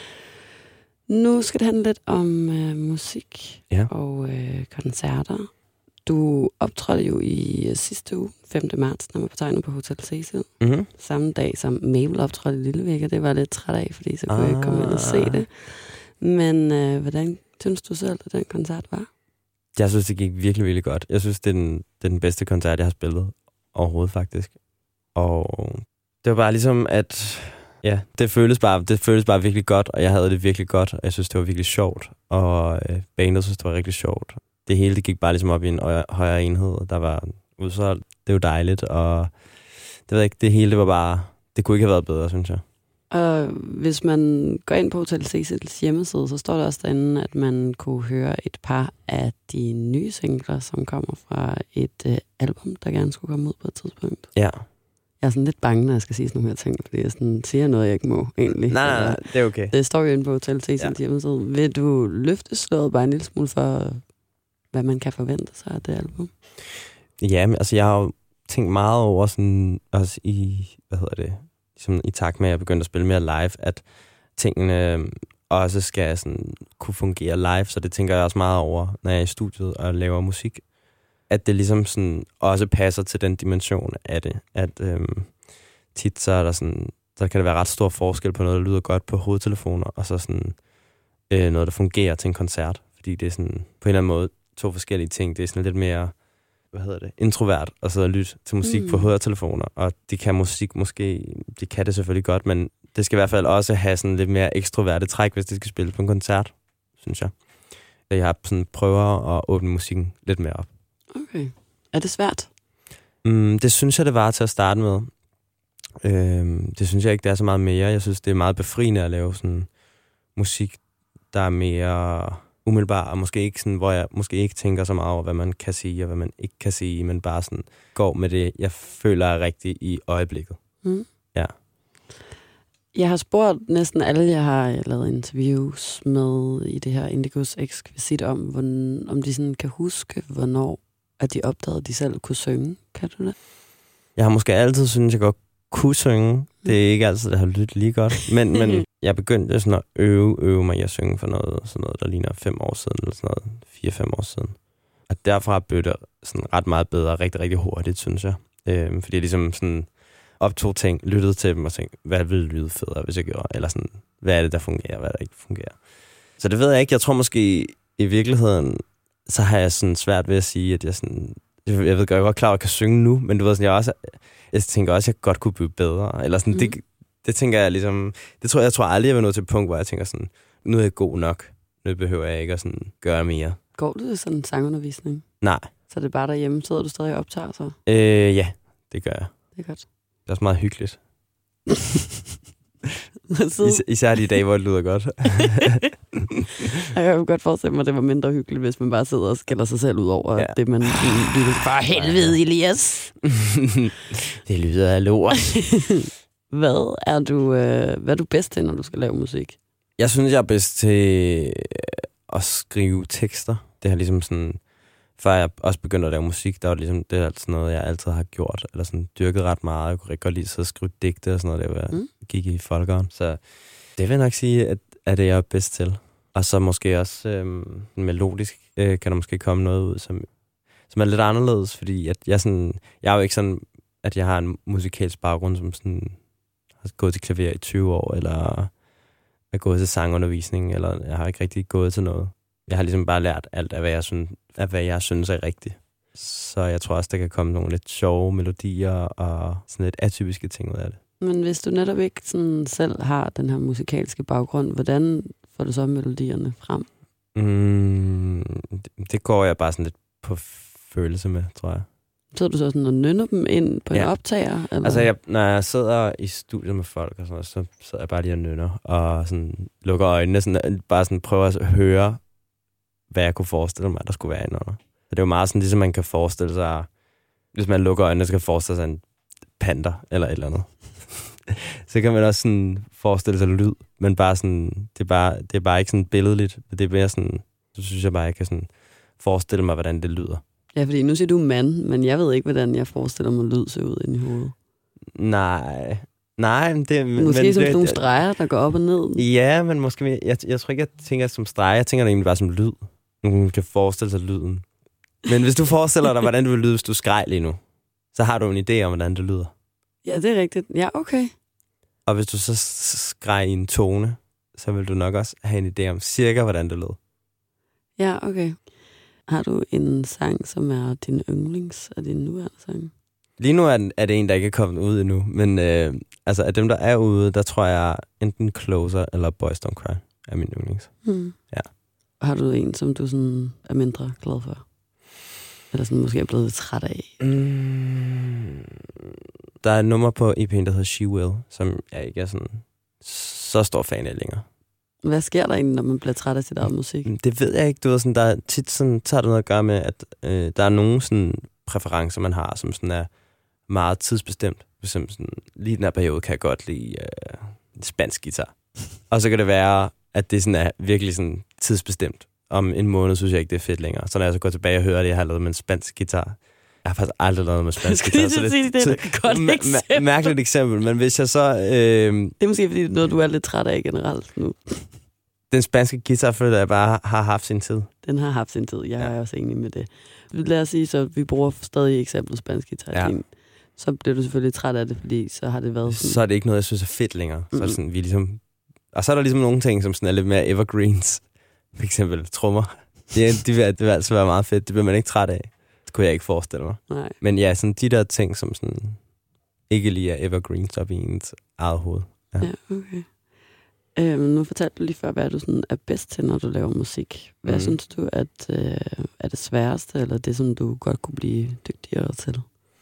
Nu skal det handle lidt om øh, musik ja. og øh, koncerter. Du optrådte jo i øh, sidste uge, femte marts, når man var på tegnet på Hotel Cecil. Mm-hmm. Samme dag som Mabel optrådte i Lillevæg, og det var jeg lidt træt af, fordi så kunne ah. jeg ikke komme ind og se det. Men øh, hvordan synes du selv, at den koncert var? Jeg synes, det gik virkelig, virkelig godt. Jeg synes, det er den, det er den bedste koncert, jeg har spillet overhovedet, faktisk. Og det var bare ligesom, at... Ja, det føles bare, det føles bare virkelig godt, og jeg havde det virkelig godt, og jeg synes, det var virkelig sjovt. Og øh, bandet synes, det var rigtig sjovt. Det hele, det gik bare ligesom op i en højere, højere enhed, der var udsolgt. Det var dejligt, og det ved jeg ikke, det hele, det var bare, det kunne ikke have været bedre, synes jeg. Og hvis man går ind på Hotel Cecils hjemmeside, så står der også derinde, at man kunne høre et par af de nye singler, som kommer fra et øh, album, der gerne skulle komme ud på et tidspunkt. Ja. Jeg er sådan lidt bange, når jeg skal sige sådan nogle her ting, fordi jeg sådan siger noget, jeg ikke må, egentlig. Nej, nej, nej, det er okay. Det står jo inde på Hotel Cecils ja. hjemmeside. Vil du løfte slået bare en lille smule for, hvad man kan forvente sig af det album? Ja, men altså jeg har jo tænkt meget over sådan, også i, hvad hedder det, ligesom i takt med, at jeg begyndte at spille mere live, at tingene også skal sådan kunne fungere live, så det tænker jeg også meget over, når jeg er i studiet og laver musik. At det ligesom sådan også passer til den dimension af det. At øhm, tit så er der sådan, så kan det være ret stor forskel på noget, der lyder godt på hovedtelefoner, og så sådan øh, noget, der fungerer til en koncert. Fordi det er sådan på en eller anden måde to forskellige ting. Det er sådan lidt mere, hvad hedder det, introvert at sidde og lytte til musik mm. på hovedtelefoner. Og det kan musik måske, det kan det selvfølgelig godt, men det skal i hvert fald også have sådan lidt mere ekstroverte træk, hvis det skal spille på en koncert, synes jeg. Jeg har sådan prøver at åbne musikken lidt mere op. Okay. Er det svært? Mm, det synes jeg, det var til at starte med. Øhm, det synes jeg ikke, det er så meget mere. Jeg synes, det er meget befriende at lave sådan musik, der er mere umiddelbar, og måske ikke sådan, hvor jeg måske ikke tænker så meget over, hvad man kan sige, og hvad man ikke kan sige, men bare sådan går med det, jeg føler er rigtigt i øjeblikket. Mm. Ja. Jeg har spurgt næsten alle, jeg har lavet interviews med i det her Indigos Exquisite om, hvordan, om de sådan kan huske, hvornår at de opdagede, at de selv kunne synge. Kan du det? Jeg har måske altid syntes, jeg godt kunne synge. Det er ikke altid, det har lyttet lige godt. Men, men jeg begyndte sådan at øve, øve mig i at synge for noget, sådan noget, der ligner fem år siden, eller sådan noget, fire-fem år siden. Og derfra blev det sådan ret meget bedre, rigtig, rigtig hurtigt, synes jeg. Øhm, fordi jeg ligesom sådan optog ting, lyttede til dem og tænkte, hvad ville lyde federe, hvis jeg gjorde? Eller sådan, hvad er det, der fungerer, hvad der ikke fungerer? Så det ved jeg ikke. Jeg tror måske i virkeligheden, så har jeg sådan svært ved at sige, at jeg sådan, jeg ved godt, jeg er godt klar, at jeg kan synge nu, men du ved sådan, jeg også, jeg tænker også, at jeg godt kunne blive bedre. Eller sådan, mm. det, det tænker jeg ligesom, det tror jeg, jeg tror aldrig, jeg vil nå til et punkt, hvor jeg tænker sådan, nu er jeg god nok, nu behøver jeg ikke at sådan gøre mere. Går du til sådan en sangundervisning? Nej. Så det er bare derhjemme, sidder du stadig og optager så? Øh, ja, det gør jeg. Det er godt. Det er også meget hyggeligt. Is- især de dage, hvor det lyder godt. Jeg kan godt forestille mig, at det var mindre hyggeligt, hvis man bare sidder og skælder sig selv ud over ja. det, man lytter. For helvede, Elias! Det lyder af lort. Hvad er du, øh, hvad er du bedst til, når du skal lave musik? Jeg synes, jeg er bedst til at skrive tekster. Det har ligesom sådan, før jeg også begyndte at lave musik, der var ligesom, det er altså noget, jeg altid har gjort, eller sådan dyrket ret meget. Jeg kunne rigtig godt lide at skrive digte og sådan noget, der jeg mm. gik i folkeren. Så det vil jeg nok sige, at, at det jeg er bedst til. Og så måske også øhm, melodisk øh, kan der måske komme noget ud, som, som er lidt anderledes, fordi at jeg, sådan, jeg er jo ikke sådan, at jeg har en musikalsk baggrund, som sådan har gået til klaver i tyve år, eller er gået til sangundervisning, eller jeg har ikke rigtig gået til noget. Jeg har ligesom bare lært alt af, hvad jeg synes, af, hvad jeg synes er rigtigt. Så jeg tror også, der kan komme nogle lidt sjove melodier og sådan lidt atypiske ting ud af det. Men hvis du netop ikke sådan selv har den her musikalske baggrund, hvordan får du så melodierne frem? Mm, det, det går jeg bare sådan lidt på følelse med, tror jeg. Så du så sådan og nynner dem ind på ja. en optager? Eller? Altså, jeg, når jeg sidder i studiet med folk, og sådan noget, så sidder jeg bare lige og nynner, og sådan lukker øjnene, sådan, bare sådan prøver at høre, hvad jeg kunne forestille mig, der skulle være indenunder. Så det er jo meget sådan, ligesom man kan forestille sig, hvis man lukker øjnene, så kan forestille sig en panter, eller et eller andet. Så kan man også sådan forestille sig lyd, men bare sådan, det er bare, det er bare ikke sådan billedligt. Det er mere sådan, så synes jeg bare, jeg kan sådan forestille mig, hvordan det lyder. Ja, fordi nu siger du mand, men jeg ved ikke, hvordan jeg forestiller mig lyd ser ud inde i hovedet. Nej, nej. Det, måske men, som det, nogle streger, der går op og ned. Ja, men måske, jeg, jeg tror ikke, jeg tænker som streger, jeg tænker egentlig bare som lyd. Nu kan forestille sig lyden. Men hvis du forestiller dig, hvordan du vil lyde, hvis du skreg lige nu, så har du en idé om, hvordan det lyder. Ja, det er rigtigt. Ja, okay. Og hvis du så skreg i en tone, så vil du nok også have en idé om cirka, hvordan det lød. Ja, okay. Har du en sang, som er din yndlings af din nuværende sang? Lige nu er, den, er det en, der ikke er kommet ud endnu. Men øh, altså af dem, der er ude, der tror jeg enten Closer eller Boys Don't Cry er min yndlings. Hmm. Ja. Har du en, som du sådan er mindre glad for? Eller sådan måske er blevet lidt træt af? Mm. Der er et nummer på E P'en, der hedder She Will, som jeg ikke er sådan så stor fan af længere. Hvad sker der egentlig, når man bliver træt af sit eget musik? Det ved jeg ikke. Du ved, sådan, der er tit sådan, tager det noget at gøre med, at øh, der er nogle sådan, præferencer, man har, som sådan er meget tidsbestemt. For eksempel sådan, lige den her periode kan jeg godt lide øh, spansk guitar. Og så kan det være, at det sådan er virkelig sådan tidsbestemt. Om en måned synes jeg ikke, det er fedt længere. Så når jeg så går tilbage og hører det, jeg har lavet med en spansk guitar. Jeg har faktisk aldrig lavet med spansk guitar. Så det, sige, det er et godt ma- eksempel. ma- mærkeligt eksempel, men hvis jeg så... Øh, det er måske fordi, det er noget, du er lidt træt af generelt nu. Den spanske guitar føler jeg bare har haft sin tid. Den har haft sin tid, jeg ja. er også enig med det. Lad os sige, så vi bruger stadig eksemplet spansk guitar. Ja. Så bliver du selvfølgelig træt af det, fordi så har det været sådan... Så er det ikke noget, jeg synes er fedt længere. Mm-hmm. Så er det sådan, vi ligesom... Og så er der ligesom nogle ting, som sådan er lidt mere evergreens. For eksempel trommer. Det, det, vil, det vil altså være meget fedt. Det bliver man ikke træt af. Det kunne jeg ikke forestille mig. Nej. Men ja, sådan de der ting, som sådan ikke lige er evergreens op i ens eget hoved. Ja, ja okay. Øhm, nu fortalte du lige før, hvad du sådan er bedst til, når du laver musik. Hvad mm. synes du, at øh, er det sværeste, eller det, som du godt kunne blive dygtigere til?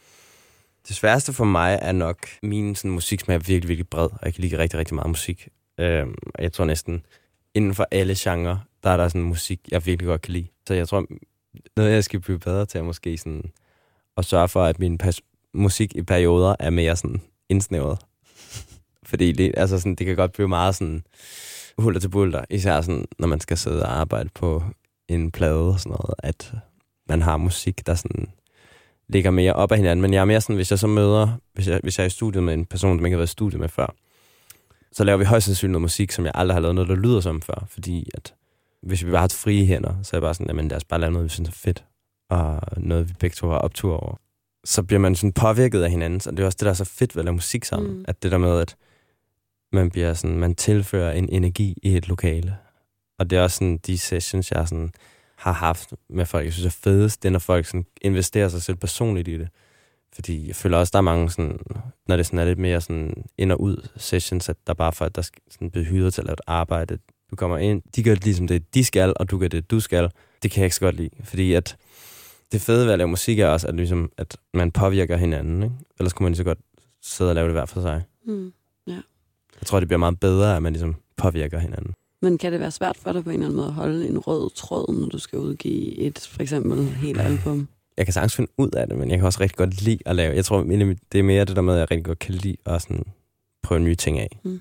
Det sværeste for mig er nok, min sådan, musiksmag er virkelig, virkelig bred, og jeg kan lide rigtig, rigtig meget musik. Øhm, jeg tror næsten, inden for alle genrer, der er der sådan musik, jeg virkelig godt kan lide. Så jeg tror, noget jeg skal blive bedre til, er måske sådan at sørge for, at min pas- musik i perioder er mere sådan indsnævret. Fordi det, altså sådan, det kan godt blive meget sådan hulter til bulter, især sådan, når man skal sidde og arbejde på en plade og sådan noget, at man har musik, der sådan ligger mere op ad hinanden. Men jeg er mere sådan, hvis jeg så møder, hvis jeg, hvis jeg er i studiet med en person, som ikke har været i studiet med før, så laver vi højst sandsynligt noget musik, som jeg aldrig har lavet noget, der lyder som før. Fordi at hvis vi bare har haft frie hænder, så er jeg bare sådan, jamen lad os bare lave noget, vi synes er fedt, og noget, vi begge to har optur over. Så bliver man sådan påvirket af hinanden, så det er også det, der er så fedt ved at lave musik sammen. Mm. At det der med, at man bliver sådan, man tilfører en energi i et lokale. Og det er også sådan, de sessions, jeg sådan har haft med folk, jeg synes er fedest, det er, når folk sådan investerer sig selv personligt i det. Fordi jeg føler også, der er mange sådan, når det sådan er lidt mere sådan ind og ud sessions, at der bare for, at der sådan bliver hyret til at lave et arbejde. Du kommer ind, de gør det ligesom det, de skal, og du gør det, du skal. Det kan jeg ikke så godt lide, fordi at det fede ved at lave musik er også, at, ligesom, at man påvirker hinanden, ikke? Ellers kunne man lige så godt sidde og lave det hver for sig. Mm, ja. Jeg tror, det bliver meget bedre, at man ligesom påvirker hinanden. Men kan det være svært for dig på en eller anden måde at holde en rød tråd, når du skal udgive et, for eksempel, helt album? Jeg kan sagtens finde ud af det, men jeg kan også rigtig godt lide at lave. Jeg tror, det er mere det der med, at jeg rigtig godt kan lide at sådan prøve nye ting af. Mm.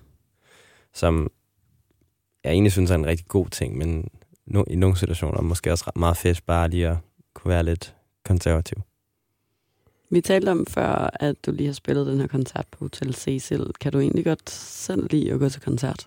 Som jeg egentlig synes er en rigtig god ting, men no, i nogle situationer måske også meget fedt bare lige at kunne være lidt konservativ. Vi talte om før, at du lige har spillet den her koncert på Hotel Cecil. Kan du egentlig godt selv lide at gå til koncert?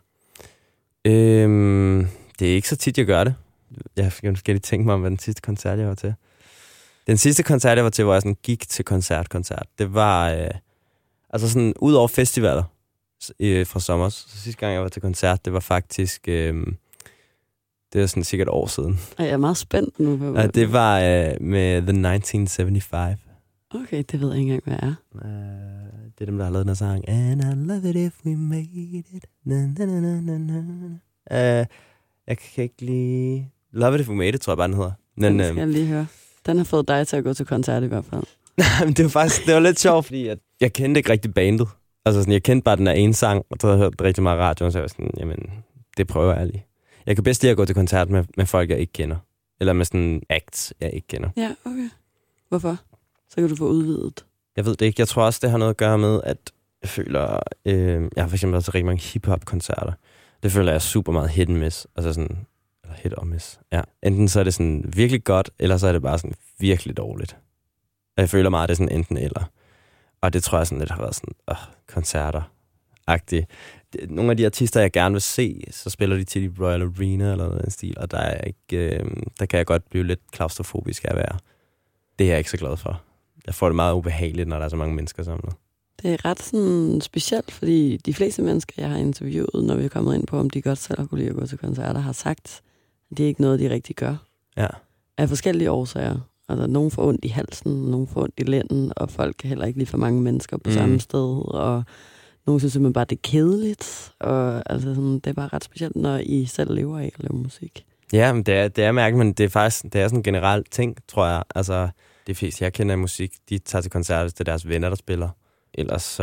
Øhm, det er ikke så tit, jeg gør det. Jeg skal måske lige tænke mig om, hvad den sidste koncert, jeg var til. Den sidste koncert, jeg var til, hvor jeg sådan gik til koncert-koncert, det var øh, altså sådan ud over festivaler øh, fra sommer. Så sidste gang, jeg var til koncert, det var faktisk øh, det er sådan cirka et år siden. Jeg er meget spændt nu. På, ja, det var øh, med The nitten seventy-five. Okay, det ved jeg ikke engang, hvad er. Uh, det er dem, der har lavet den her sang. And I love it if we made it. Na, na, na, na, na. Uh, jeg kan ikke lige... Love it if we made it, tror jeg bare, den hedder. Men, den skal jeg lige høre. Den har fået dig til at gå til koncert i hvert fald. Men det var faktisk det var lidt sjovt, fordi at jeg kendte ikke rigtig bandet. Altså sådan, jeg kendte bare den her ene sang, og så havde jeg hørt rigtig meget radio, så jeg var sådan, jamen, det prøver jeg lige. Jeg kan bedst lide at gå til koncert med, med folk, jeg ikke kender. Eller med sådan acts, jeg ikke kender. Ja, okay. Hvorfor? Så kan du få udvidet. Jeg ved det ikke. Jeg tror også, det har noget at gøre med, at jeg føler... Øh, jeg har for eksempel været til rigtig mange hip-hop-koncerter. Det føler jeg er super meget hit and miss. Altså sådan... Eller hit og miss. Ja. Enten så er det sådan virkelig godt, eller så er det bare sådan virkelig dårligt. Og jeg føler meget, at det er sådan enten eller. Og det tror jeg sådan lidt har været sådan... Øh, koncerter-agtigt. Nogle af de artister, jeg gerne vil se, så spiller de til i Royal Arena eller noget af den stil. Og der, er ikke, øh, der kan jeg godt blive lidt klaustrofobisk af at være. Det er jeg ikke så glad for. Jeg får det meget ubehageligt, når der er så mange mennesker samlet. Det er ret sådan specielt, fordi de fleste mennesker, jeg har interviewet, når vi er kommet ind på, om de godt selv har kunne lide at gå til koncerter, har sagt, at det er ikke noget, de rigtig gør. Ja. Af forskellige årsager. Altså, nogen får ondt i halsen, nogen får ondt i lænden, og folk kan heller ikke lide for mange mennesker på mm. samme sted, og nogen synes simpelthen bare, det er kedeligt, og altså, sådan, det er bare ret specielt, når I selv lever af at lave musik. Ja, men det er, det er mærkeligt, men det er faktisk det er sådan en generel ting, tror jeg. Altså, de fleste, jeg kender i musik, de tager til koncerter, det er deres venner, der spiller. Ellers så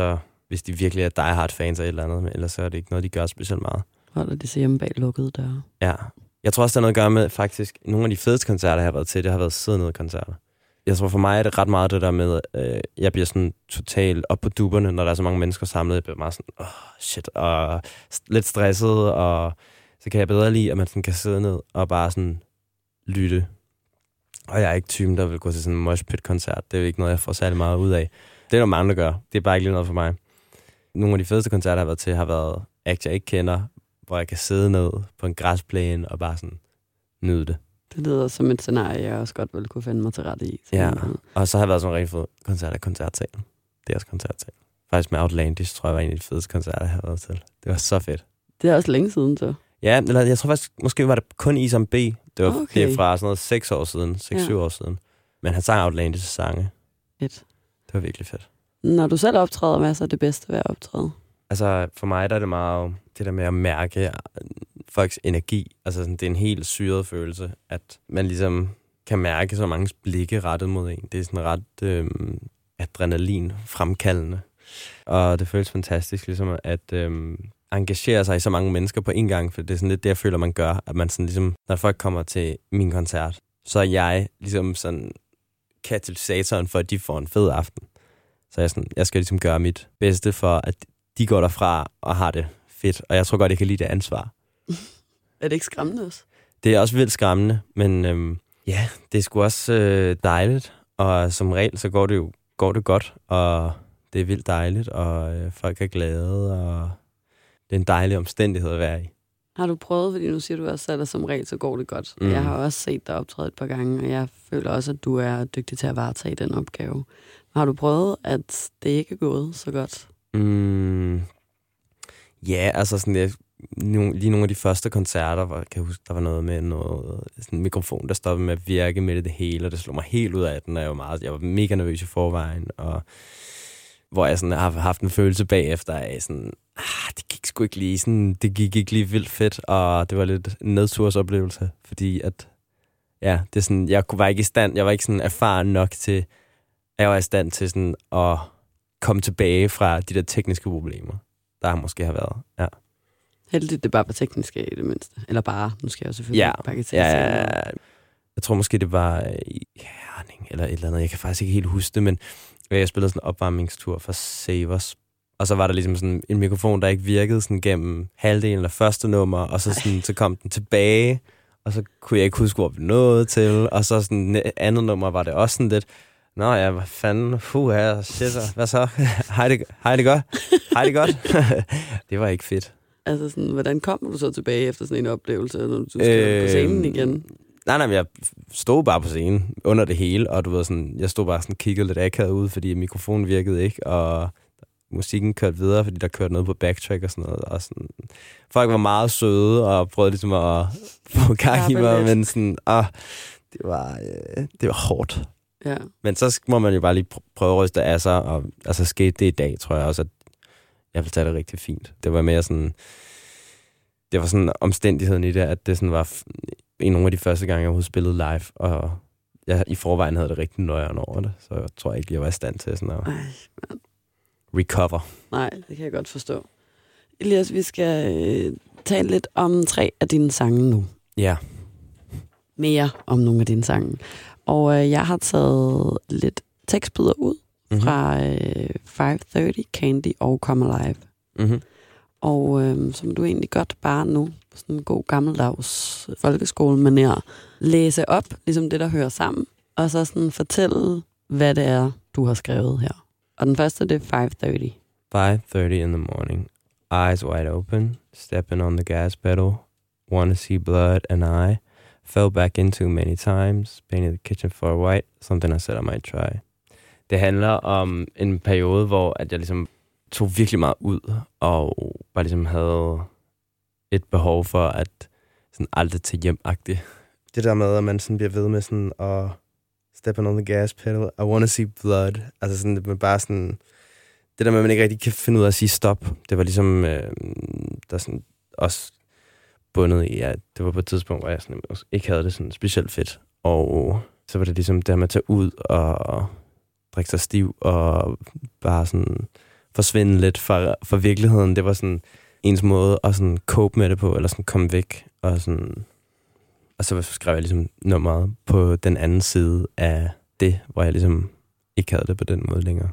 hvis de virkelig er die hard fans af et eller andet, men ellers så er det ikke noget, de gør specielt meget. Holder de sig hjemme bag lukkede døre. Ja. Jeg tror også, der er noget at gøre med, faktisk, nogle af de fedeste koncerter, jeg har været til, det har været siddende koncerter. Jeg tror for mig er det ret meget det der med, øh, jeg bliver sådan totalt op på duberne, når der er så mange mennesker samlet. Jeg bliver meget sådan, åh, oh, shit, og lidt stresset, og så kan jeg bedre lide, at man sådan kan sidde ned og bare sådan lytte. Og jeg er ikke typen, der vil gå til sådan en moshpit-koncert. Det er jo ikke noget, jeg får særlig meget ud af. Det er der mange, der gør. Det er bare ikke lige noget for mig. Nogle af de fedeste koncerter, jeg har været til, har været acts, jeg ikke kender, hvor jeg kan sidde ned på en græsplæne og bare sådan nyde det. Det lyder som et scenarie, jeg også godt ville kunne finde mig til rette i. Ja, og så har jeg været sådan en rigtig fed koncert af koncertsalen. Det er også koncertsalen. Faktisk med Outlandish, tror jeg, var en af de fedeste koncerter, jeg har været til. Det var så fedt. Det er også længe siden, så. Ja, eller jeg tror faktisk, måske var det kun Isam B. Det var okay. det fra sådan noget seks år siden, seks syv ja. år siden. Men han sang Outlandish sange. Fedt. Det var virkelig fedt. Når du selv optræder, hvad er så det bedste ved at optræde? Altså, for mig der er det meget det der med at mærke folks energi. Altså, sådan, det er en helt syret følelse, at man ligesom kan mærke så mange blikke rettet mod en. Det er sådan ret øhm, adrenalin fremkaldende. Og det føles fantastisk, ligesom at øhm, engagere sig i så mange mennesker på en gang, for det er sådan lidt det, jeg føler, man gør. At man sådan ligesom, når folk kommer til min koncert, så er jeg ligesom sådan katalysatoren for, at de får en fed aften. Så jeg, sådan, jeg skal ligesom gøre mit bedste for, at de går derfra og har det fedt. Og jeg tror godt, jeg kan lide det ansvar. Er det ikke skræmmende også? Det er også vildt skræmmende, men øhm, ja, det er sgu også øh, dejligt. Og som regel, så går det jo går det godt, og det er vildt dejligt, og øh, folk er glade, og det er en dejlig omstændighed at være i. Har du prøvet, fordi nu siger du også, at som regel, så går det godt. Mm. Jeg har også set dig optræde et par gange, og jeg føler også, at du er dygtig til at varetage den opgave. Har du prøvet, at det ikke er gået så godt? Mm. Ja, altså sådan, jeg, lige nogle af de første koncerter, hvor jeg kan huske, der var noget med noget, sådan en mikrofon, der stoppede med at virke med det hele, og det slog mig helt ud af den, og jeg var, meget, jeg var mega nervøs i forvejen, og hvor jeg sådan har haft en følelse bagefter af sådan, ah, det gik sgu ikke lige sådan, det gik ikke lige vildt fedt, og det var lidt en nedtursoplevelse, fordi at, ja, det er sådan, jeg var ikke i stand, jeg var ikke sådan erfaren nok til, jeg var i stand til sådan at komme tilbage fra de der tekniske problemer, der har måske har været, ja. Heldigt, det bare var tekniske i det mindste. Eller bare, nu skal jeg jo selvfølgelig ja, bagatellisere. Ja, jeg tror måske, det var i Herning eller et eller andet. Jeg kan faktisk ikke helt huske det, men jeg spillede sådan en opvarmningstur for Savers. Og så var der ligesom sådan en mikrofon, der ikke virkede sådan gennem halvdelen af første nummer, og så, sådan, så kom den tilbage, og så kunne jeg ikke huske, hvor vi nåede til. Og så sådan andet nummer var det også sådan lidt, nå ja, hvad fanden, fuh her, shit, hvad så? Hej det, hej det godt? Hej det godt? Det var ikke fedt. Altså sådan, hvordan kommer du så tilbage efter sådan en oplevelse, når du skal øh, på scenen igen? Nej, nej, jeg stod bare på scenen under det hele, og du ved sådan, jeg stod bare sådan kiggede lidt akavet ud, fordi mikrofonen virkede ikke, og musikken kørte videre, fordi der kørte noget på backtrack og sådan noget. Og sådan. Folk var meget søde og prøvede ligesom at få gang i mig, men sådan, ah, det var, øh, det var hårdt. Ja. Men så må man jo bare lige prøve at ryste af sig, og altså skete det i dag, tror jeg også, at jeg vil tage det rigtig fint. Det var mere sådan, det var sådan omstændigheden i det, at det sådan var en nogle af de første gange, jeg havde spillet live, og jeg i forvejen havde det rigtig nøjeren over det, så jeg tror ikke, jeg var i stand til sådan at Ej, recover. Nej, det kan jeg godt forstå. Elias, vi skal øh, tale lidt om tre af dine sange nu. Ja. Mere om nogle af dine sange. Og øh, jeg har taget lidt tekstbidder ud mm-hmm. fra øh, five thirty, Candy og Come Alive. Mm-hmm. Og øh, som du egentlig godt bare nu, sådan en god gammeldags folkeskolemanér, læse op, ligesom det, der hører sammen, og så sådan fortælle, hvad det er, du har skrevet her. Og den første, det er five thirty. five thirty in the morning. Eyes wide open, stepping on the gas pedal, wanna see blood, and I fell back into many times, painted the kitchen floor white, something I said I might try. Det handler om en periode, hvor at jeg ligesom tog virkelig meget ud, og bare ligesom havde et behov for at sådan aldrig tage hjem-agtigt. Det der med, at man sådan bliver ved med sådan at stepping on the gas pedal, I wanna see blood. Altså sådan, det bare sådan, det der med, at man ikke rigtig kan finde ud af at sige stop. Det var ligesom, øh, der sådan også bundet i, at det var på et tidspunkt, hvor jeg sådan, ikke havde det sådan specielt fedt. Og så var det ligesom det med at tage ud og drikke sig stiv og bare sådan forsvinde lidt fra, fra virkeligheden. Det var sådan ens måde at sådan cope med det på, eller sådan komme væk. Og, sådan, og så skrev jeg ligesom nummeret på den anden side af det, hvor jeg ligesom ikke havde det på den måde længere.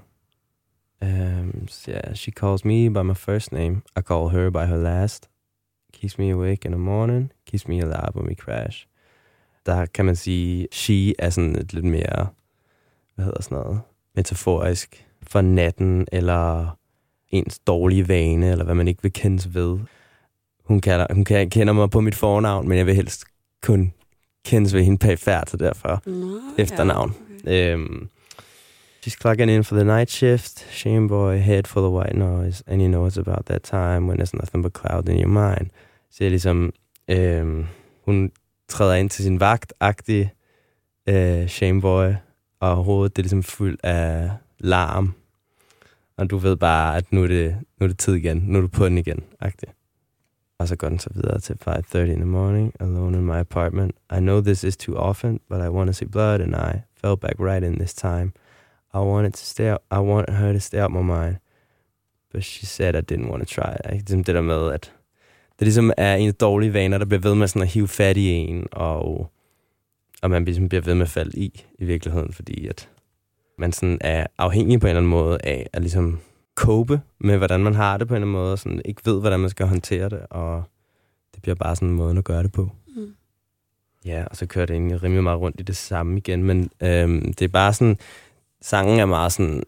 Um, so yeah, she calls me by my first name. I call her by her last. Keeps me awake in the morning. Keeps me alive when we crash. Der kan man sige, she er sådan et lidt mere, hvad hedder sådan noget, metaforisk for natten, eller ens dårlige vane, eller hvad man ikke vil kendes ved. Hun, kalder, hun kender mig på mit fornavn, men jeg vil helst kun kendes ved hende perifært, så derfor Nå, efternavn. Ja, okay. um, She's clocking in for the night shift, shame boy, head full of white noise, and you know it's about that time when there's nothing but cloud in your mind. Så det er ligesom, øhm, hun træder ind til sin vagt-agtige øh, shame boy, og hovedet det er ligesom fyldt af larm. Og du ved bare, at nu er det, nu er det tid igen, nu er du på den igen, agtigt. Og så går den så videre til five thirty in the morning, alone in my apartment. I know this is too often, but I want to see blood, and I fell back right in this time. I wanted to stay out, I wanted her to stay out my mind, but she said I didn't want to try. Det er det der med, at det ligesom er en af dårlige vaner, der bliver ved med sådan at hive fat i en, og, og man ligesom bliver ved med at falde i, i virkeligheden, fordi at man sådan er afhængig på en eller anden måde af at ligesom cope med, hvordan man har det på en eller anden måde, og sådan ikke ved, hvordan man skal håndtere det, og det bliver bare sådan en måde at gøre det på. Mm. Ja, og så kører det egentlig rimelig meget rundt i det samme igen, men øhm, det er bare sådan, sangen er meget sådan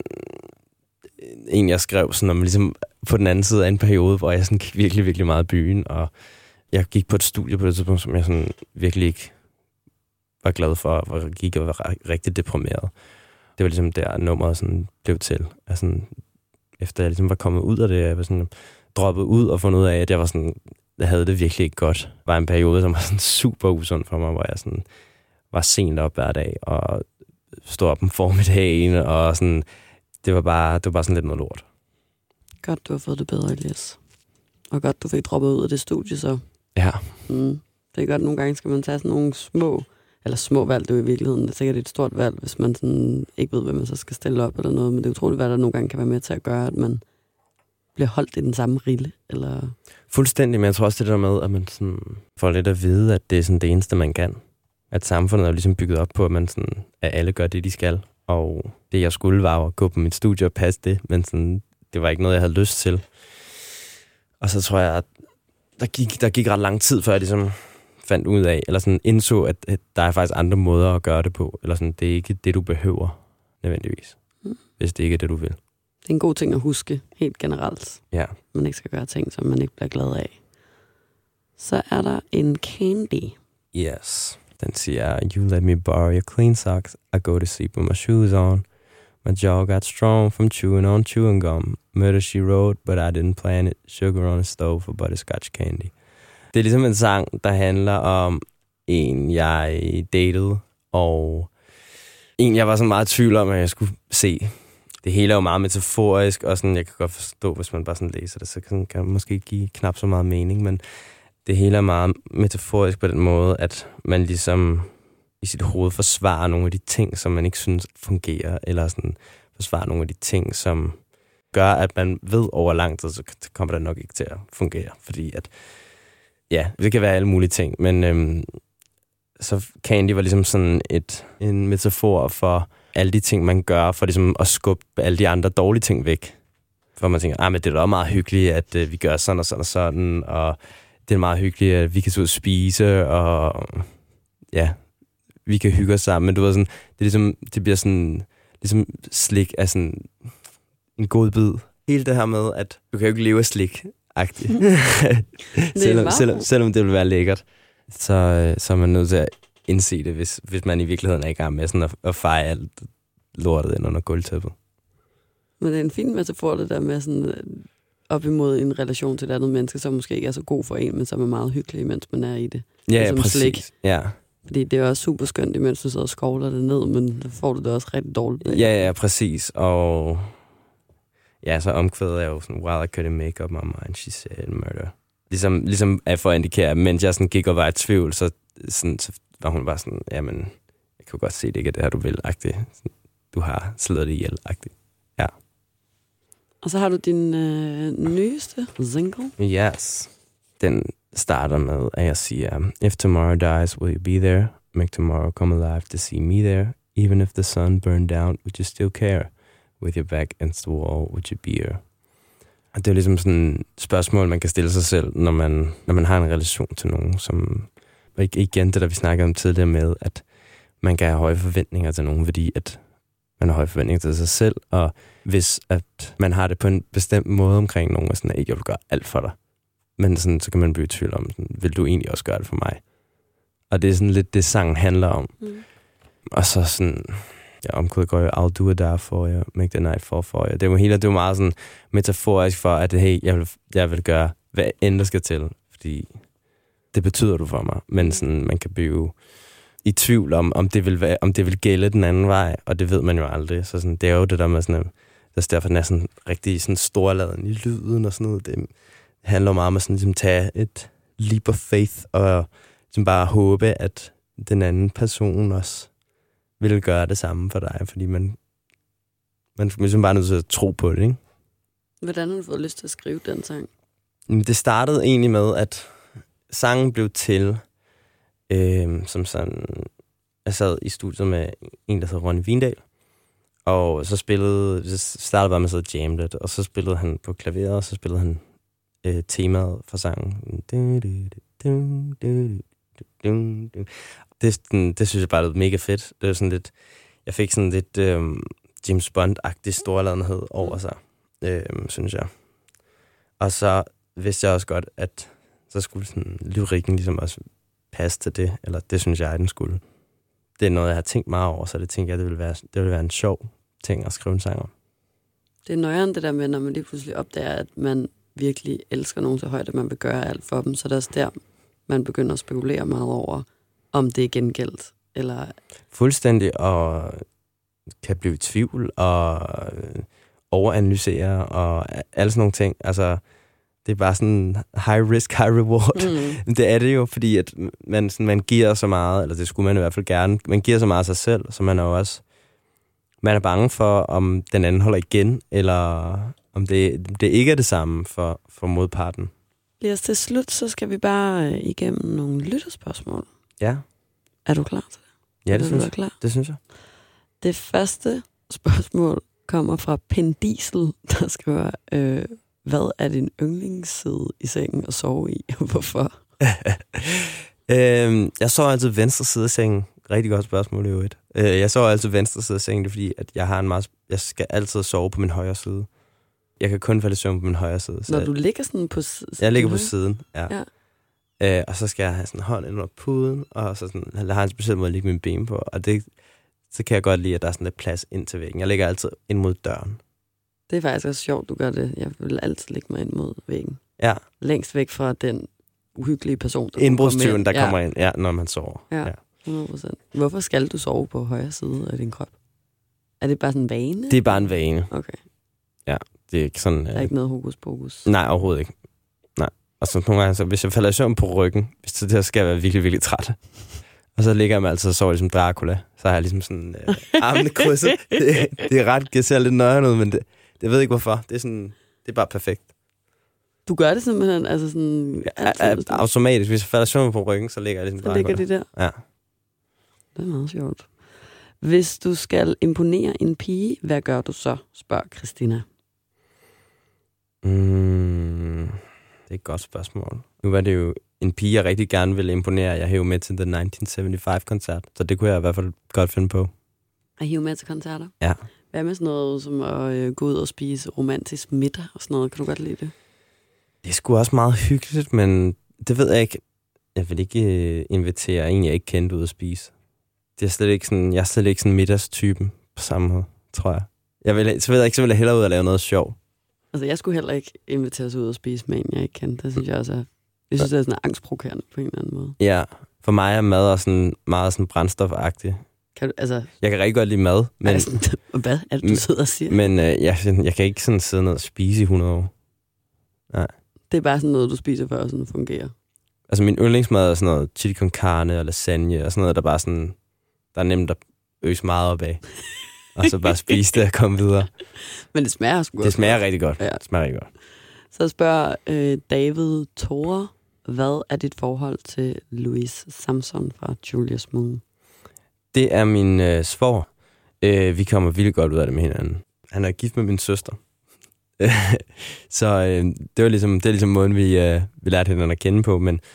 en, jeg skrev sådan om ligesom på den anden side af en periode, hvor jeg sådan gik virkelig, virkelig meget i byen, og jeg gik på et studie på det tidspunkt, som jeg sådan virkelig ikke var glad for, og jeg gik og var rigtig deprimeret. Det var ligesom der, nummeret sådan blev til. Altså, efter jeg ligesom var kommet ud af det, jeg var sådan droppet ud og fundet ud af, at jeg var sådan, jeg havde det virkelig ikke godt. Det var en periode, som var sådan super usund for mig, hvor jeg sådan var sent op hver dag, og stod op om formiddagen, og sådan, det var bare, det var bare sådan lidt noget lort. Godt, du har fået det bedre, Elias. Og godt, du fik droppet ud af det studie, så. Ja. Mm. Det er godt, nogle gange skal man tage sådan nogle små, eller små valg, det er jo i virkeligheden. Det er sikkert et stort valg, hvis man sådan ikke ved, hvad man så skal stille op eller noget, men det er utroligt, hvad der nogle gange kan være med til at gøre, at man bliver holdt i den samme rille, eller... Fuldstændig, men jeg tror også det der med, at man sådan får lidt at vide, at det er sådan det eneste, man kan. At samfundet er ligesom bygget op på, at man sådan, at alle gør det, de skal. Og det, jeg skulle, var at gå på mit studie og passe det, men sådan, det var ikke noget, jeg havde lyst til. Og så tror jeg, at der gik, der gik ret lang tid, før jeg ligesom fandt ud af, eller sådan indså, at, at der er faktisk andre måder at gøre det på. Eller sådan, det er ikke det, du behøver, nødvendigvis. Mm. Hvis det ikke er det, du vil. Det er en god ting at huske, helt generelt. Ja. Man ikke skal gøre ting, som man ikke bliver glad af. Så er der en Candy. Yes. Den siger, you let me borrow your clean socks. I go to sleep with my shoes on. My jaw got strong from chewing on chewing gum. Murder she wrote, but I didn't plan it. Sugar on a stove for butterscotch candy. Det er ligesom en sang, der handler om en, jeg datede, og en, jeg var så meget i tvivl om, at jeg skulle se. Det hele er jo meget metaforisk, og sådan, jeg kan godt forstå, hvis man bare sådan læser det, så kan det måske give knap så meget mening, men det hele er meget metaforisk på den måde, at man ligesom i sit hoved forsvarer nogle af de ting, som man ikke synes fungerer, eller sådan forsvarer nogle af de ting, som gør, at man ved over lang tid, så kommer det nok ikke til at fungere, fordi at ja, det kan være alle mulige ting, men øhm, så Candy var ligesom sådan et, en metafor for alle de ting, man gør, for ligesom at skubbe alle de andre dårlige ting væk. For man tænker, ah, men det er da meget hyggeligt, at øh, vi gør sådan og sådan og sådan, og det er meget hyggeligt, at vi kan så ud og spise, og ja, vi kan hygge os sammen. Men du ved sådan, det, er ligesom, det bliver sådan, ligesom slik af sådan en god bid. Hele det her med, at du kan jo ikke leve af slik. selvom, selvom, selvom det vil være lækkert, så, så er man nødt til at indse det, hvis, hvis man i virkeligheden er i gang med sådan at, at feje alt lortet ind under gulvtæppet. Men det er en fin metafor, det der med sådan op imod en relation til et andet menneske, som måske ikke er så god for en, men som er meget hyggelig, mens man er i det. Ja, ja, præcis. Slik. Ja. Fordi det er også super skønt, imens du sidder og skovler det ned, men så får du det også rigtig dårligt. Ja, ja, præcis. Og ja, så omkvædet er jo sådan, while I couldn't make up my mind, she said murder. Ligesom, ligesom at for at indikere, mens jeg sådan gik og var i tvivl, så, sådan, så var hun bare sådan, jamen, jeg kan godt se, det ikke er det her, du vil, agtigt. Du har slået det ihjel, agtigt. Ja. Og så har du din øh, nyeste single. Yes. Den starter med, at jeg siger, if tomorrow dies, will you be there? Make tomorrow come alive to see me there. Even if the sun burned down, would you still care? With your back against the wall, would you be here? Og det er ligesom sådan et spørgsmål, man kan stille sig selv, når man, når man har en relation til nogen, som... Igen det, der vi snakkede om tidligere med, at man kan have høje forventninger til nogen, fordi at man har høje forventninger til sig selv, og hvis at man har det på en bestemt måde omkring nogen, og sådan, at jeg vil gøre alt for dig, men sådan, så kan man blive i tvivl om, sådan, vil du egentlig også gøre det for mig? Og det er sådan lidt det, sangen handler om. Mm. Og så sådan... Ja, omkvædet går jo, I'll do it there for you, make the night fall for you. Det er jo hele, det er jo meget sådan metaforisk for, at hey, jeg vil, jeg vil gøre, hvad end der skal til, fordi det betyder du for mig. Men sådan, man kan blive i tvivl om, om det vil være, om det vil gælde den anden vej, og det ved man jo aldrig. Så sådan, det er jo det der med sådan, det er derfor, den er sådan rigtig sådan storladen i lyden og sådan noget. Det handler meget om at sådan, ligesom, tage et leap of faith, og ligesom bare håbe, at den anden person også vil gøre det samme for dig, fordi man, man er ligesom bare nødt til at tro på det, ikke? Hvordan har du fået lyst til at skrive den sang? Det startede egentlig med, at sangen blev til, øh, som sådan, jeg sad i studiet med en, der hedder Ronny Vindal, og så spillede, det startede bare med at sidde og jamme lidt, og så spillede han på klaveret, og så spillede han øh, temaet for sangen. Det, det synes jeg bare lød mega fedt. Det var sådan lidt, jeg fik sådan lidt øhm, James Bond-agtig storladenhed over sig, øhm, synes jeg. Og så vidste jeg også godt, at så skulle sådan lyrikken ligesom også passe til det, eller det synes jeg, at den skulle. Det er noget, jeg har tænkt meget over, så det tænker jeg, det ville være, det ville være en sjov ting at skrive en sang om. Det er nøjeren det der med, når man lige pludselig opdager, at man virkelig elsker nogen så højt, at man vil gøre alt for dem, så det er også der, man begynder at spekulere meget over, om det er gengældt, eller... Fuldstændig, og kan blive i tvivl, og overanalysere, og alle sådan nogle ting. Altså, det er bare sådan high risk, high reward. Mm. Det er det jo, fordi at man, sådan, man giver så meget, eller det skulle man i hvert fald gerne, man giver så meget af sig selv, så man er jo også... Man er bange for, om den anden holder igen, eller om det, det ikke er det samme for, for modparten. Lige os til slut, så skal vi bare igennem nogle lytterspørgsmål. Ja. Er du klar til det? Ja, det synes, jeg. det synes jeg. Det første spørgsmål kommer fra Pen Diesel, der skriver, øh, hvad er din yndlingsside i sengen at sove i, og hvorfor? øhm, jeg sover altid venstre side af sengen. Rigtig godt spørgsmål i øvrigt. Øh, jeg sover altid venstre side af sengen, det er fordi, at jeg har en meget, jeg skal altid sove på min højre side. Jeg kan kun falde i søvn på min højre side. Når du ligger sådan på siden? Jeg ligger på siden, ja. ja. Øh, og så skal jeg have sådan en hånd ind under puden, og så sådan, jeg har en speciel måde at lægge mine ben på, og det, så kan jeg godt lide, at der er sådan lidt plads ind til væggen. Jeg ligger altid ind mod døren. Det er faktisk også sjovt, du gør det. Jeg vil altid lægge mig ind mod væggen. Ja. Længst væk fra den uhyggelige person, der Indbrudstyven, der ja. kommer ind, ja, når man sover. Ja, hundrede procent. Hvorfor skal du sove på højre side af din krop? Er det bare sådan en vane? Det er bare en vane. Okay. Ja, det er ikke sådan... Der er øh... ikke noget hokus pokus? Nej, overhovedet ikke. Nej. Og så nogle gange, så, hvis jeg falder i søvn på ryggen, hvis det der skal jeg være virkelig, virkelig træt. Og så ligger jeg mig altid og sover ligesom Dracula. Så har jeg ligesom sådan øh, armene krydset. Det, det er ret, det ser lidt nøjere ud, men det, det ved ikke hvorfor. Det er sådan, det er bare perfekt. Du gør det simpelthen, altså sådan... Altid, ja, automatisk. Hvis jeg falder i søvn på ryggen, så ligger jeg ligesom Dracula. Så ligger de der? Ja. Det er meget sjovt. Hvis du skal imponere en pige, hvad gør du så? Spørger Christina. Mm, det er et godt spørgsmål. Nu var det jo en pige, jeg rigtig gerne ville imponere. Jeg hævde med til den nitten syvoghalvfems-koncert, så det kunne jeg i hvert fald godt finde på. At hive med til koncerter? Ja. Hvad med sådan noget som at øh, gå ud og spise romantisk middag og sådan noget? Kan du godt lide det? Det er sgu også meget hyggeligt, men det ved jeg ikke. Jeg vil ikke øh, invitere en, jeg ikke kendte ud at spise. Det er slet ikke sådan, jeg er slet ikke sådan middagstypen på samme måde, tror jeg. Jeg vil, så ved jeg ikke, så vil jeg hellere ud og lave noget sjov. Altså, jeg skulle heller ikke invitere sig ud og spise med en, jeg ikke kendte. Det synes jeg også er, jeg synes, det er sådan angstprovokerende på en eller anden måde. Ja, for mig er mad også sådan, meget sådan brændstofagtig. Kan du, altså... Jeg kan rigtig godt lide mad, men... Altså, hvad er det, du sidder og siger? Men øh, jeg, jeg kan ikke sådan sidde ned og spise i hundrede år. Nej. Det er bare sådan noget, du spiser, før sådan fungerer. Altså, min yndlingsmad er sådan noget chili con carne og lasagne og sådan noget, der bare sådan... Der er nemt at øse meget op af. og så bare spise det og komme videre. Men det smager sgu godt. Det smager rigtig godt. Ja. Det smager rigtig godt. Så spørger øh, David Tore, hvad er dit forhold til Louise Samson fra Julius Moon? Det er min øh, svoger. Øh, vi kommer vildt godt ud af det med hinanden. Han er gift med min søster. Så øh, det var ligesom, det er ligesom måden, vi, øh, vi lærte hinanden at kende på, men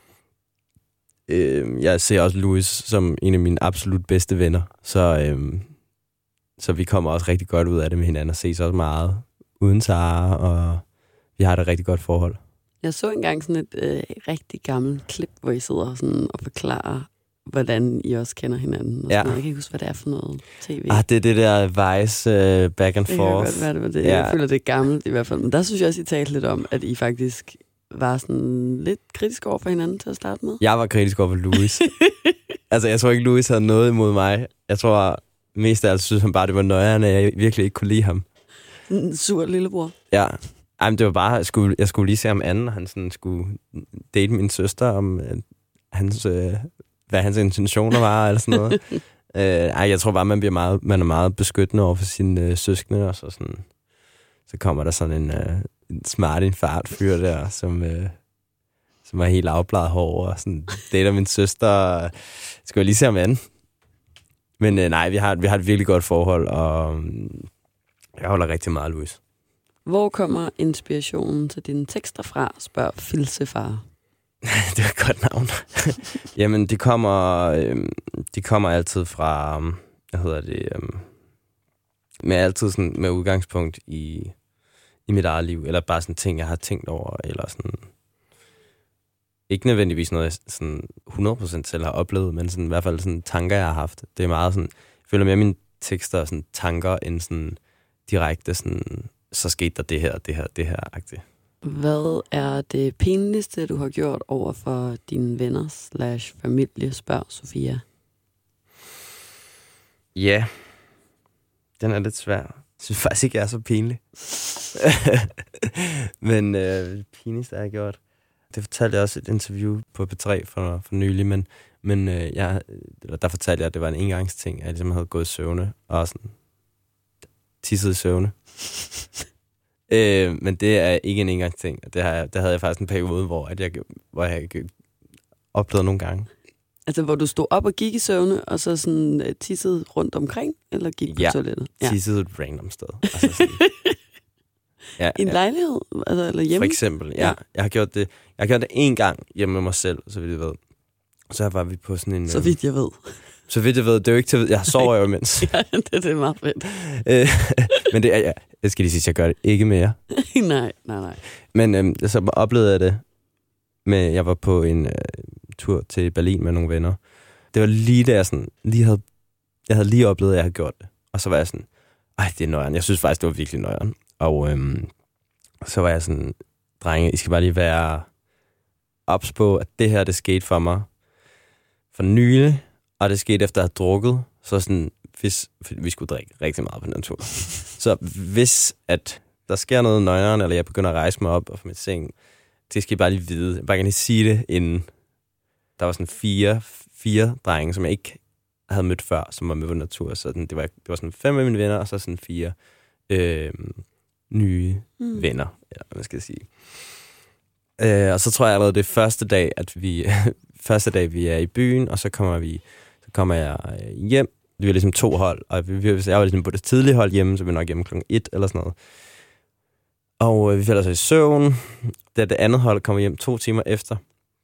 øh, jeg ser også Louis som en af mine absolut bedste venner, så, øh, så vi kommer også rigtig godt ud af det med hinanden og ses også meget uden Sara, og vi har et rigtig godt forhold. Jeg så engang sådan et øh, rigtig gammelt klip, hvor I sidder sådan og forklarer, hvordan I også kender hinanden. Og ja. Jeg kan ikke huske, hvad det er for noget tv. Ah, det er det der Vice uh, back and det forth. Det kan godt være, det var det. Ja. Jeg føler, det er gammelt i hvert fald. Men der synes jeg også, I talte lidt om, at I faktisk var sådan lidt kritisk over for hinanden til at starte med. Jeg var kritisk over for Louis. Altså, jeg tror ikke, Louis havde noget imod mig. Jeg tror mest af alt synes han bare, det var nøjerne, at jeg virkelig ikke kunne lide ham. En sur lillebror. Ja. Ej, men det var bare, jeg skulle, jeg skulle lige se ham anden, og han sådan skulle date min søster om uh, hans... Uh, hvad hans intentioner var, eller sådan noget. øh, ej, jeg tror bare, man bliver meget, man er meget beskyttende over for sine øh, søskende, og så sådan, så kommer der sådan en, øh, en smart infartfyr der, som, øh, som er helt afbladet hår, og sådan dater min søster, og skal jeg lige se ham anden. Men øh, nej, vi har, vi har et virkelig godt forhold, og øh, jeg holder rigtig meget af Louis. Hvor kommer inspirationen til dine tekster fra, spørger Filsefar. Det er et godt navn. Jamen, de kommer, øh, de kommer altid fra, hvad hedder det, øh, med altid sådan, med udgangspunkt i, i mit eget liv, eller bare sådan ting, jeg har tænkt over, eller sådan, ikke nødvendigvis noget, jeg sådan hundrede procent selv har oplevet, men sådan, i hvert fald sådan tanker, jeg har haft. Det er meget sådan, jeg føler mere mine tekster er sådan tanker, end sådan direkte sådan, så skete der det her, det her, det her-agtigt. Hvad er det pinligste, du har gjort over for dine venner slash familie, spørger Sofia? Ja, den er lidt svær. Jeg synes faktisk ikke, jeg er så pinlig. Men øh, det pinligste, jeg har gjort, det fortalte jeg også i et interview på P tre for, for nylig, men, men øh, jeg, der fortalte jeg, at det var en engangsting, at jeg ligesom havde gået i søvne, og sådan tisset i søvne. Øh, men det er ikke en engangsting. Det, har jeg, det havde jeg faktisk en periode, hvor, at jeg, hvor jeg oplevede nogle gange. Altså, hvor du stod op og gik i søvne, og så sådan tissede rundt omkring, eller gik på ja, toilettet? Ja, tissede et random sted. Altså sådan, ja, en ja. lejlighed? Altså, eller hjemme? For eksempel, ja. ja. Jeg har gjort det, jeg har gjort det én gang hjemme med mig selv, så vidt jeg ved. Så var vi på sådan en... Så vidt jeg ved. Så vidt jeg ved, det er jo ikke til at vide. Jeg sover jo imens. Ja, det, det er meget fedt. Men det er, ja, jeg skal lige sige, at jeg gør det ikke mere. nej, nej, nej. Men øhm, så oplevede jeg det med, jeg var på en øh, tur til Berlin med nogle venner. Det var lige der, jeg sådan, lige havde, jeg havde lige oplevet, at jeg havde gjort det. Og så var jeg sådan, ej, det er nøjeren. Jeg synes faktisk, det var virkelig nøjeren. Og øhm, så var jeg sådan, drenge, I skal bare lige være ops på, at det her, det skete for mig for nylig. Og det skete efter at have drukket, så sådan, hvis vi skulle drikke rigtig meget på den tur. Så hvis at der sker noget nøjeren, eller jeg begynder at rejse mig op og få mit seng, det skal I bare lige vide. Jeg bare kan lige sige det inden. Der var sådan fire, fire drenge, som jeg ikke havde mødt før, som var med på den tur. Så det var, det var sådan fem af mine venner, og så sådan fire øh, nye mm. venner, eller hvad skal jeg sige. Øh, og så tror jeg allerede, det er første dag, at vi, første dag, vi er i byen, og så kommer vi Så kommer jeg hjem. Vi var ligesom to hold, og vi, jeg var ligesom på det tidlige hold hjemme, så vi var nok hjemme klokken et eller sådan noget. Og øh, vi falder så i søvn. Da det andet hold kommer hjem to timer efter,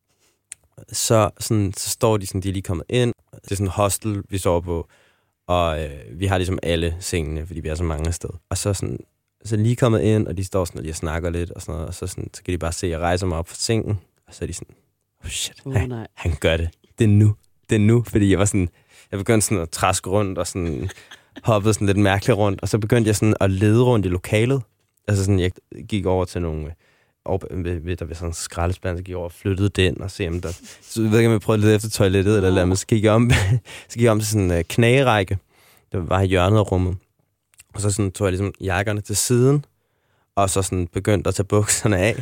så, sådan, så står de sådan, de er lige kommet ind. Det er sådan en hostel, vi sover på, og øh, vi har ligesom alle sengene, fordi vi er så mange steder. Og så sådan, så lige kommet ind, og de står sådan, og de snakker lidt, og sådan noget, og så, sådan, så kan de bare se, at jeg rejser mig op fra sengen, og så er de sådan, oh shit, oh, han, han gør det. Det er nu. Det er nu, fordi jeg var sådan, jeg begyndte sådan at traske rundt, og sådan hoppede sådan lidt mærkeligt rundt, og så begyndte jeg sådan at lede rundt i lokalet. Altså sådan, jeg gik over til nogle, over, ved, ved, der var sådan en skraldespand, så gik jeg over og flyttede den, og se om der, så jeg ved ikke, om jeg prøvede at lede efter toilettet, eller eller andet, så gik jeg om, så gik jeg om til sådan en knagerække, der var i hjørnet af rummet, og så sådan tog jeg ligesom jakkerne til siden, og så sådan begyndte at tage bukserne af,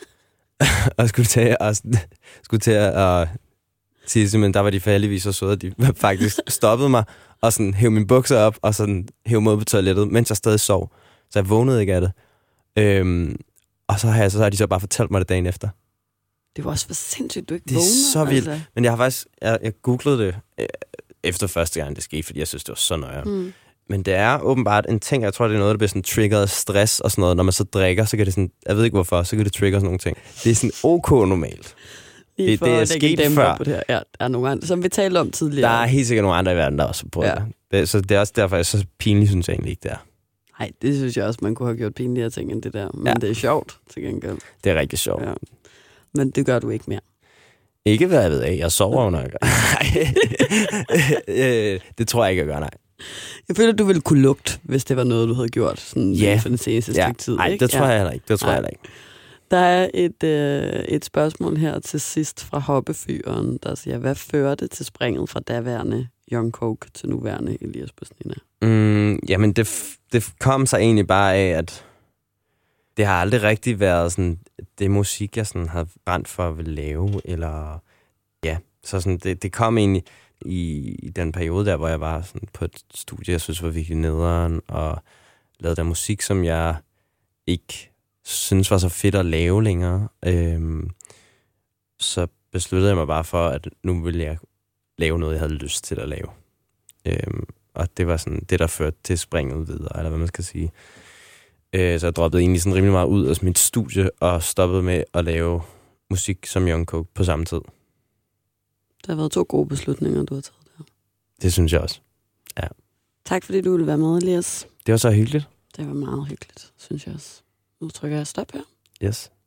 og skulle tage, og skulle til at, tisse, men der var de heldigvis så søde, at de faktisk stoppede mig, og sådan hæve mine bukser op, og sådan hæve mig ud på toilettet, mens jeg stadig sov. Så jeg vågnede ikke af det. Øhm, og så har, jeg, så har de så bare fortalt mig det dagen efter. Det var også for sindssygt, du ikke det vågner. Det er så vildt. Altså. Men jeg har faktisk, jeg, jeg googlede det øh, efter første gang, det skete, fordi jeg synes, det var så nøje. Mm. Men det er åbenbart en ting, jeg tror, det er noget, der bliver sådan triggeret af stress og sådan noget. Når man så drikker, så kan det sådan, jeg ved ikke hvorfor, så kan det trigger sådan nogle ting. Det er sådan ok normalt. Det, det er sket før. På det her. Ja, der er nogle andre, som vi talte om tidligere. Der er helt sikkert nogle andre i verden, der også har prøvet ja. det. Så det er også derfor, jeg er så pinligt, synes jeg egentlig ikke, det er. Nej, det synes jeg også, man kunne have gjort pinligere ting end det der. Men ja. Det er sjovt, til gengæld. Det er rigtig sjovt. Ja. Men det gør du ikke mere. Ikke hvad jeg ved af. Jeg sover jo nok. Det tror jeg ikke, jeg gør, nej. Jeg føler, du ville kunne lugte, hvis det var noget, du havde gjort sådan yeah. for den seneste ja. tid. Nej, det tror ja. jeg heller ikke. Det tror jeg heller ikke. Der er et, øh, et spørgsmål her til sidst fra Hoppefyren, der siger, hvad førte til springet fra daværende Young Coke til nuværende Elias Busnina? Mm, jamen, det, det kom sig egentlig bare af, at det har aldrig rigtig været sådan, det musik, jeg sådan har brændt for at ville lave, eller ja, så sådan, det, det kom egentlig i, i den periode der, hvor jeg var sådan på et studie, jeg synes var virkelig nederen, og lavede der musik, som jeg ikke synes var så fedt at lave længere. Øhm, så besluttede jeg mig bare for, at nu ville jeg lave noget, jeg havde lyst til at lave. Øhm, og det var sådan det, der førte til springet videre, eller hvad man skal sige. Øh, så jeg droppede egentlig sådan rimelig meget ud af mit studie, og stoppede med at lave musik som Young Coke på samme tid. Der har været to gode beslutninger, du har taget der. Det synes jeg også, ja. Tak fordi du ville være med, Elias. Det var så hyggeligt. Det var meget hyggeligt, synes jeg også. Nu trykker jeg stop her. Yes.